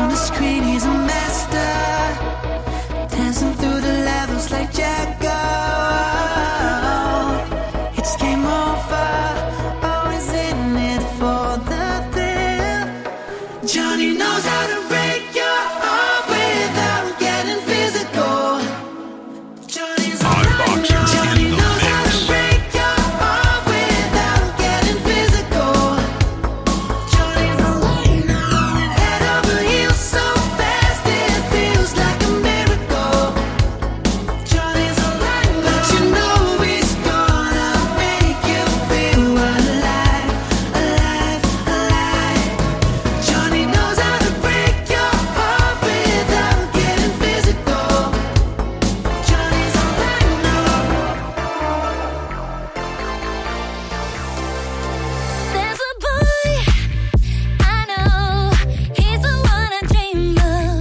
on the screen, he's a master, dancing through the levels like Jagger. It's game over, always in it for the thrill. Johnny knows how to break your heart without getting physical. Johnny's alive. Johnny knows how to break your heart without getting physical. Johnny's alive now, head over heels so fast it feels like a miracle. Johnny's alive, but you know he's gonna make you feel alive, alive, alive. Johnny knows how to break your heart without getting physical. Johnny's alive now. There's a boy I know, he's the one I dream of.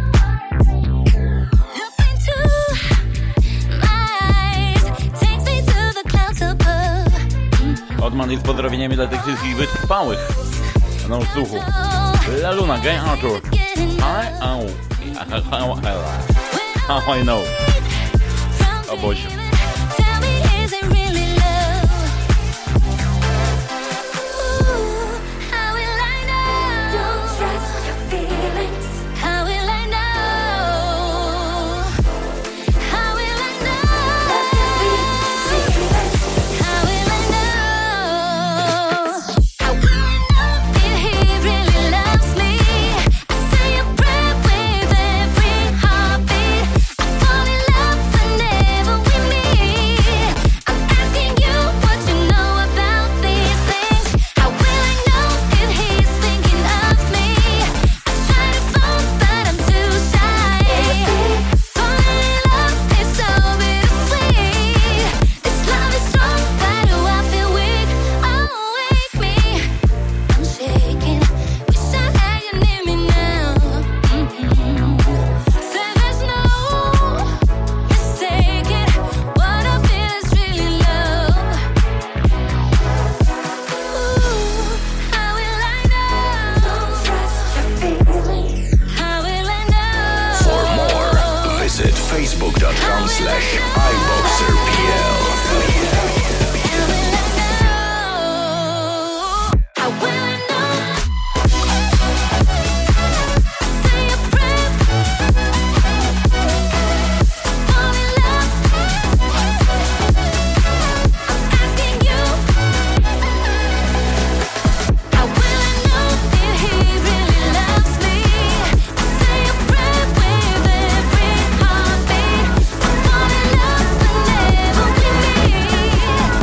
Looks into my eyes, takes me to the clouds above. Odman jest pozdrowieniami dla tych wszystkich wytrwałych na usłuchu. La Luna, Gay Arthur. How I know. O Boże. Tell me, is it really love? Ooh, how will I know? Don't trust your feelings. How will I know? How will I know? How will I know? How will I know if he really loves me? I say a prayer with every heartbeat. I fall in love whenever we meet. I'm asking you what you know about these things. How will I know if he's thinking of me? I try to phone, but I'm too shy. Falling in love is so bittersweet. This love is strong, why do I feel weak? Oh, wake me. I'm shaking. Wish I had you near me now. Say there's no mistaking. What I feel is really love. Ooh, how will I know? Don't trust your feelings. How will I know? For more, visit facebook.com/iboxerpl. How will I know? Say a prayer. Fall in love. I'm asking you. How will I know if he really loves me? I say a prayer with every heartbeat. I fall in love whenever we meet.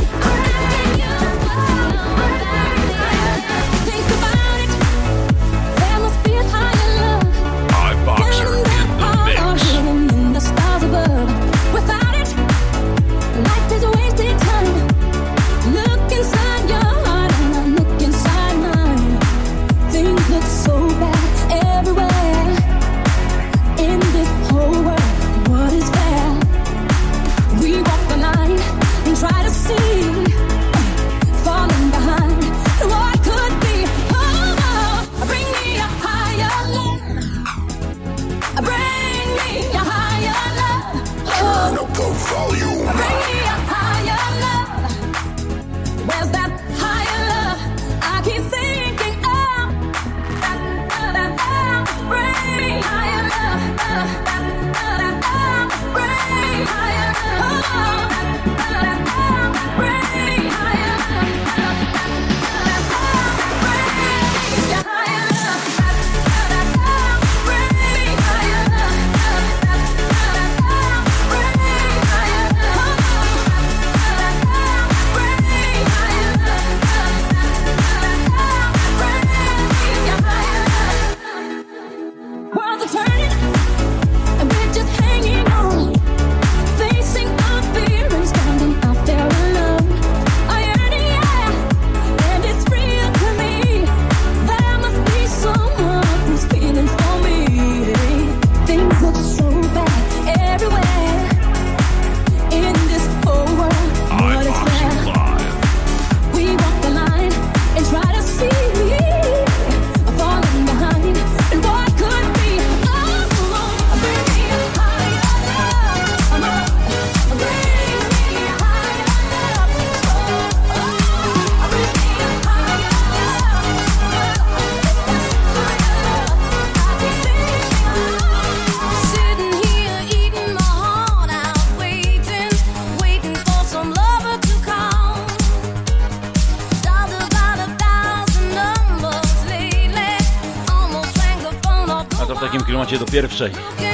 macie do pierwszej.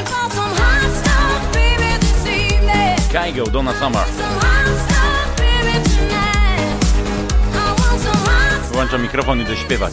Kygo, Donna Summer. Włączam mikrofon i idę śpiewać.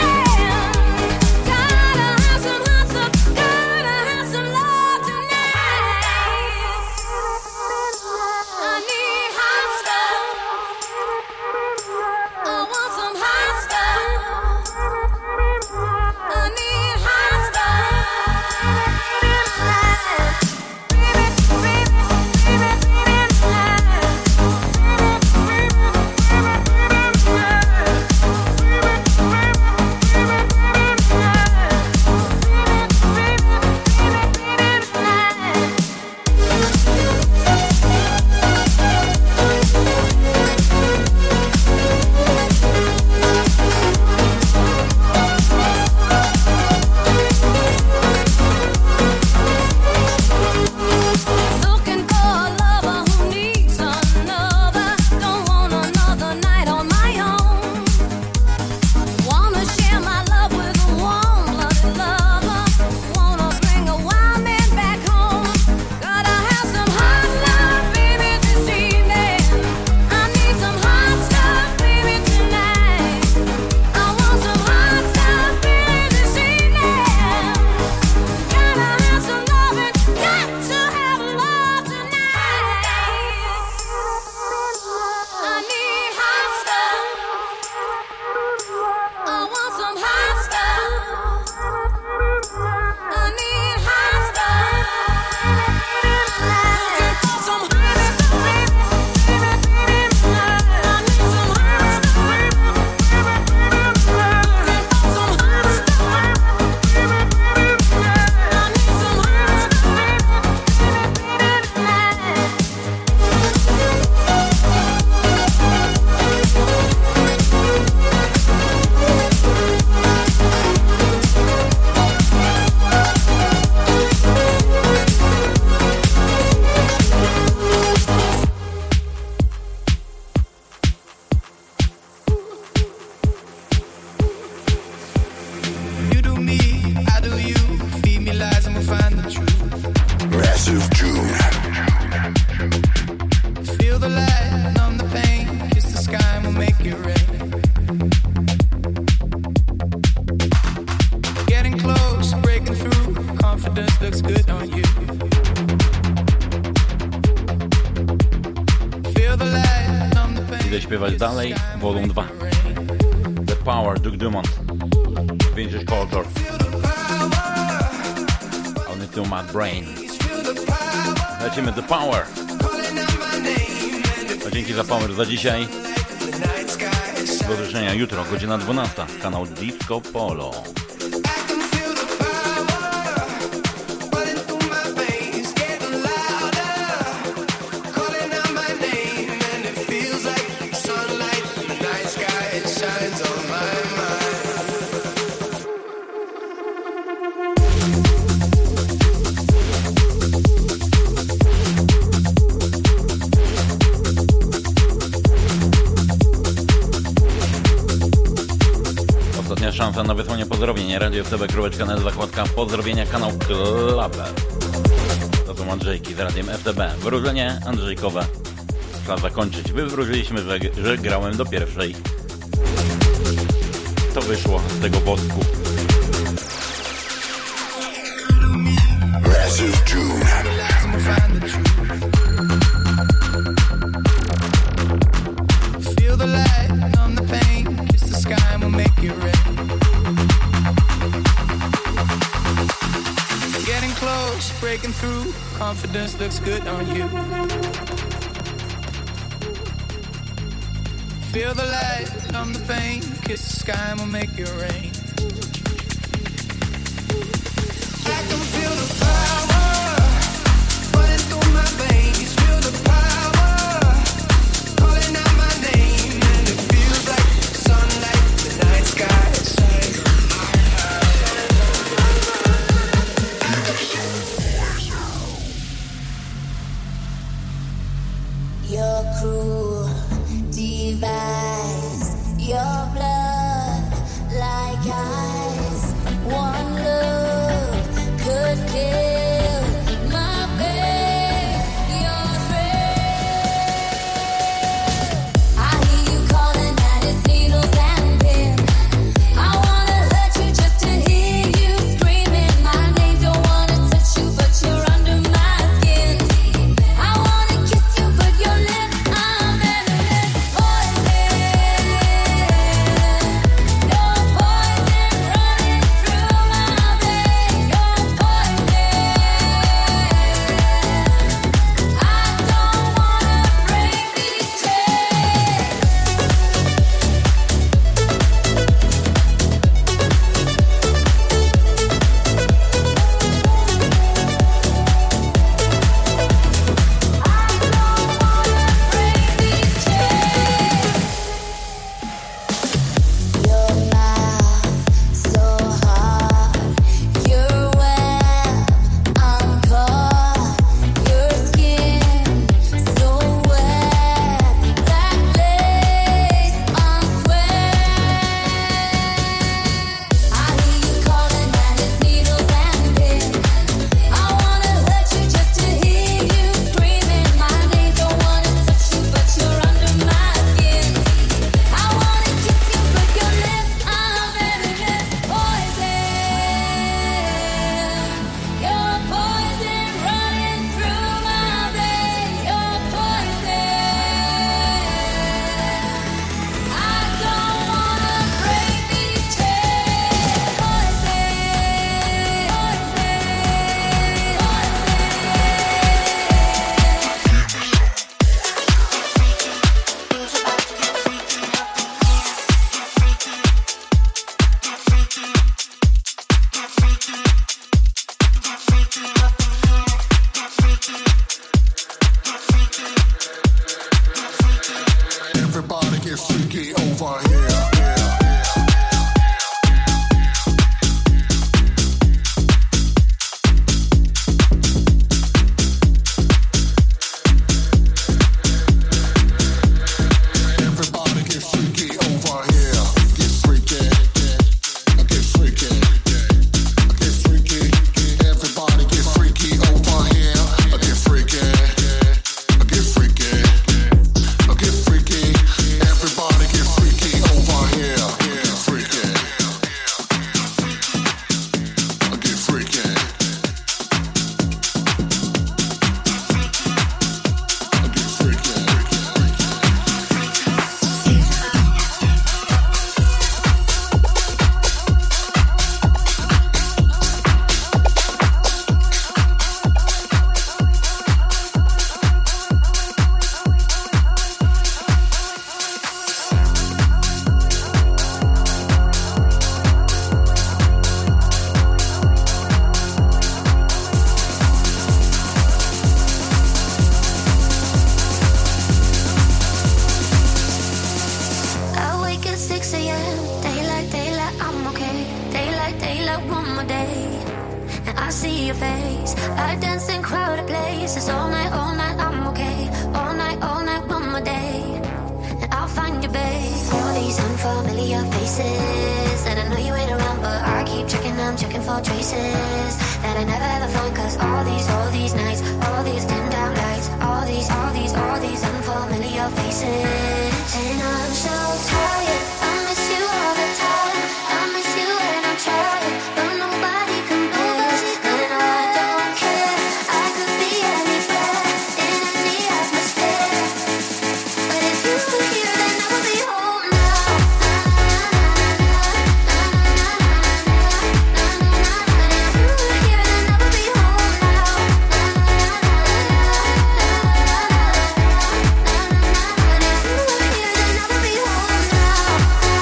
Idę śpiewać dalej, Volume 2. The Power, Duke Dumont, Vintage Culture, Only to My Brain. Lecimy The Power. A dzięki za Power za dzisiaj. Do zobaczenia jutro, godzina 12, kanał Disco Polo. Szansa na wysłanie pozdrowień. Radio FTB.net, zakładka pozdrowienia, kanał Klaber. To są Andrzejki z radiem FTB. Wyróżnienie Andrzejkowe. Trzeba zakończyć. Wywróżyliśmy, że grałem do pierwszej. To wyszło z tego wosku. Massive June. Feel the light on the pain, kiss the sky and we'll make it rain. Getting close, breaking through, confidence looks good on you. Feel the light on the pain, kiss the sky and we'll make it rain. I can feel the power running through my veins, feel the power calling out my name, and it feels like sunlight, the night sky shines. Your cruel device, your blood like I see your face. I dance in crowded places all night, I'm okay. All night, one more day, and I'll find you, babe. All these unfamiliar faces, and I know you ain't around, but I keep checking, I'm checking for traces that I never ever find. Cause all these nights, all these dimmed out lights, all these unfamiliar faces. And I'm so tired, I miss you all the time. I miss you when I'm trying, but nobody compares. And I don't care, I could be anywhere, in any atmosphere. But if you were here, then I would be home now. But if you were here, then I would be home now. But if you were here, then I would be home now.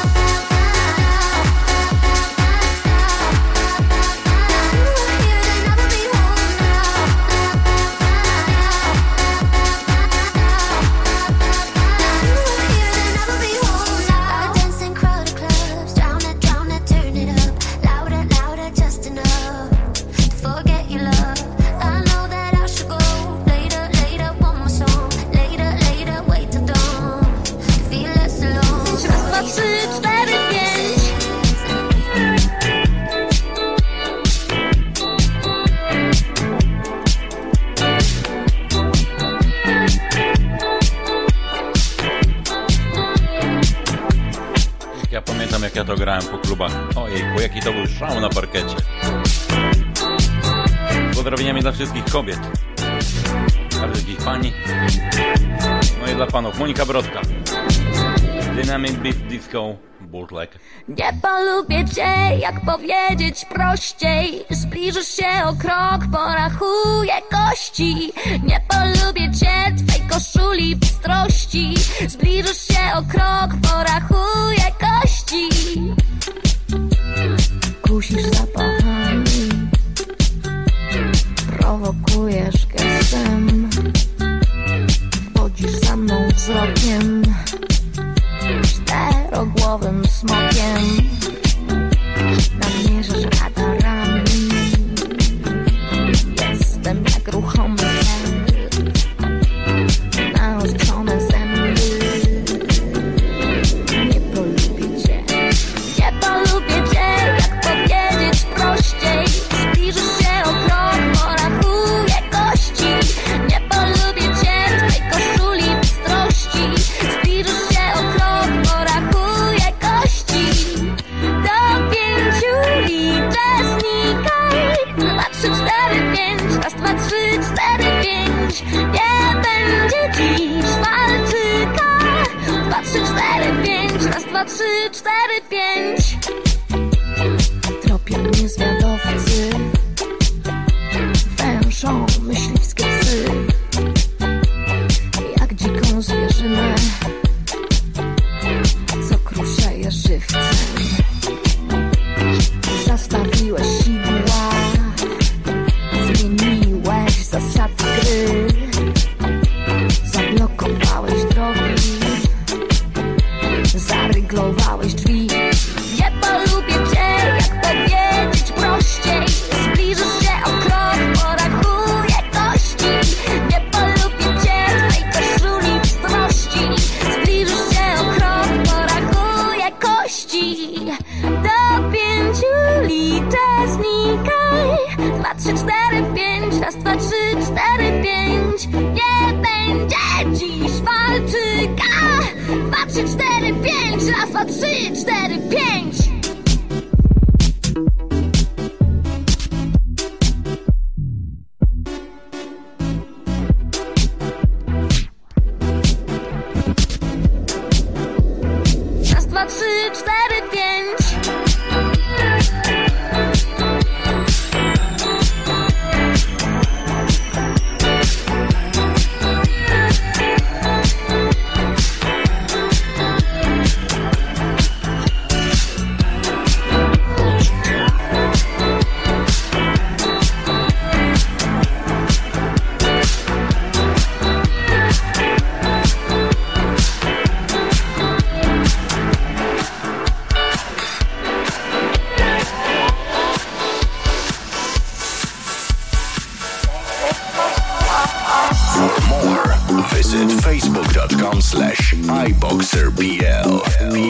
I dance in crowded clubs, drown it, turn it up, louder, just enough to forget your love. I know that I should go later, one more song, later, wait till dawn to feel less alone. Raz, dwa, trzy, cztery, pięć. Ja pamiętam, jak ja to grałem po klubach. Ojejku, jaki to był szał na parkecie. Z pozdrowieniami dla wszystkich kobiet, dla wszystkich pani, no i dla panów. Monika Brodka, Dynamic Beat Disco Bootleg. Nie polubię cię, jak powiedzieć prościej. Zbliżysz się o krok, porachuję kości. Nie polubię cię, twej koszuli bystrości. Zbliżysz się o krok, porachuję kości. Kusisz zapachami, prowokujesz gestem, wodzisz za mną wzrokiem, czterogłowym smokiem. Namierzasz radarami, jestem jak ruchomy ser, naostrzone zęby. Nie polubię cię, jak powiedzieć prościej. Zbliżysz się o krok, porachuję kości. Nie polubię cię, twej koszuli bystrości. Zbliżysz się o krok, porachuję kości. Do 5 liczę, znikaj. 2, 3, 4, 5. Raz, 2, 3, 4, 5. Nie będzie dziś walczyka. 2, 3, 4, 5. Raz, 2, 3, 4, 5. Tropią mnie zwiadowcy, wężą myśliwskie psy. Jak dziką zwierzynę, co kruszeje żywcem. Zastawiłeś sidła, zmieniłeś zasady gry. Zablokowałeś drogi, zaryglowałeś drzwi. Nie polubię cię, jak powiedzieć prościej. Zbliżysz się o krok, porachuję kości. Nie polubię cię, twej koszuli bystrości. Zbliżysz się o krok, porachuję kości. Do 5 liczę, znikaj. 2, 3, 4, 5. Raz, 2, 3, 4, 5. Nie będzie dziś walczyka. 2, 3, 4, 5. Raz, 2, 3, 4, 5. Raz, 2, 3, 4, 5. Visit facebook.com/iboxerpl.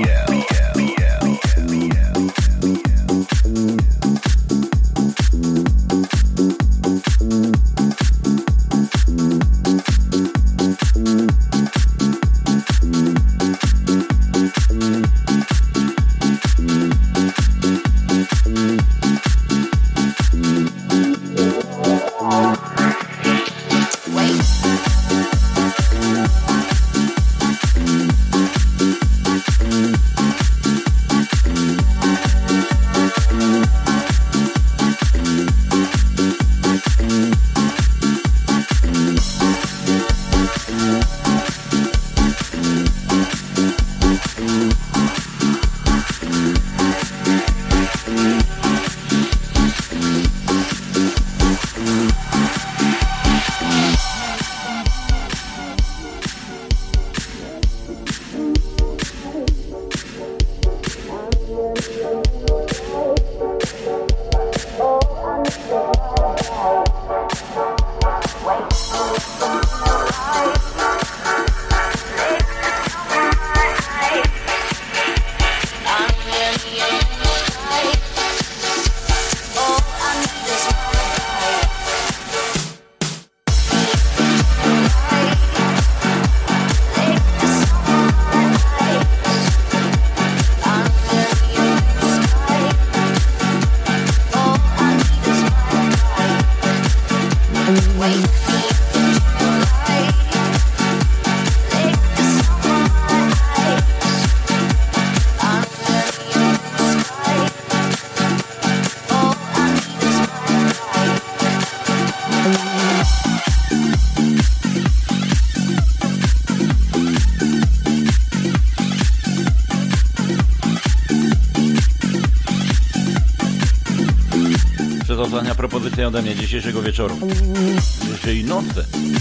Ostatnia propozycja ode mnie dzisiejszego wieczoru, dzisiejszej nocy.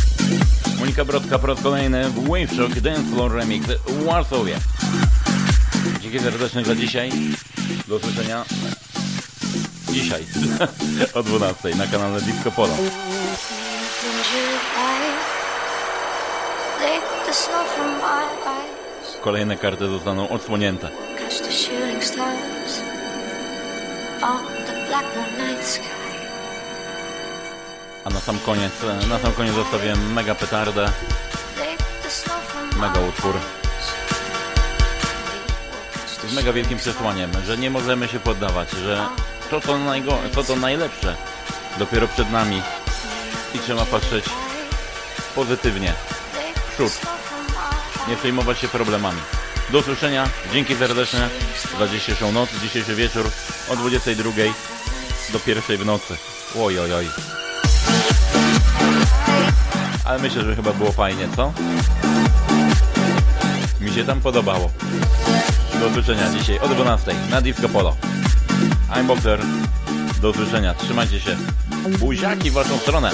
Monika Brodka po raz kolejny w Wave Shock Dance Floor Remix w Warszawie. Dzięki serdecznie za dzisiaj. Do usłyszenia dzisiaj o 12 na kanale Disco Polo. Kolejne karty zostaną odsłonięte. A na sam koniec zostawiłem mega petardę, mega utwór z mega wielkim przesłaniem, że nie możemy się poddawać, że to co najlepsze dopiero przed nami i trzeba patrzeć pozytywnie w przód, nie przejmować się problemami. Do usłyszenia, dzięki serdeczne za dzisiejszą noc, dzisiejszy wieczór o 22 do 1 w nocy. Oj. Ale myślę, że chyba było fajnie, co? Mi się tam podobało. Do usłyszenia dzisiaj o 12 na Disco Polo. I'm Boxer. Do usłyszenia. Trzymajcie się. Buziaki w waszą stronę.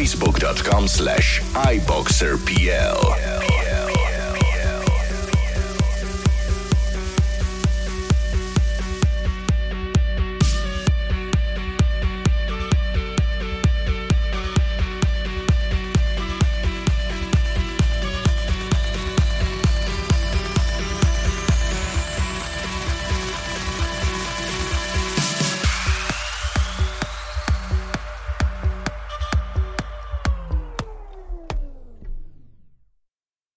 Facebook.com/iBoxerPL.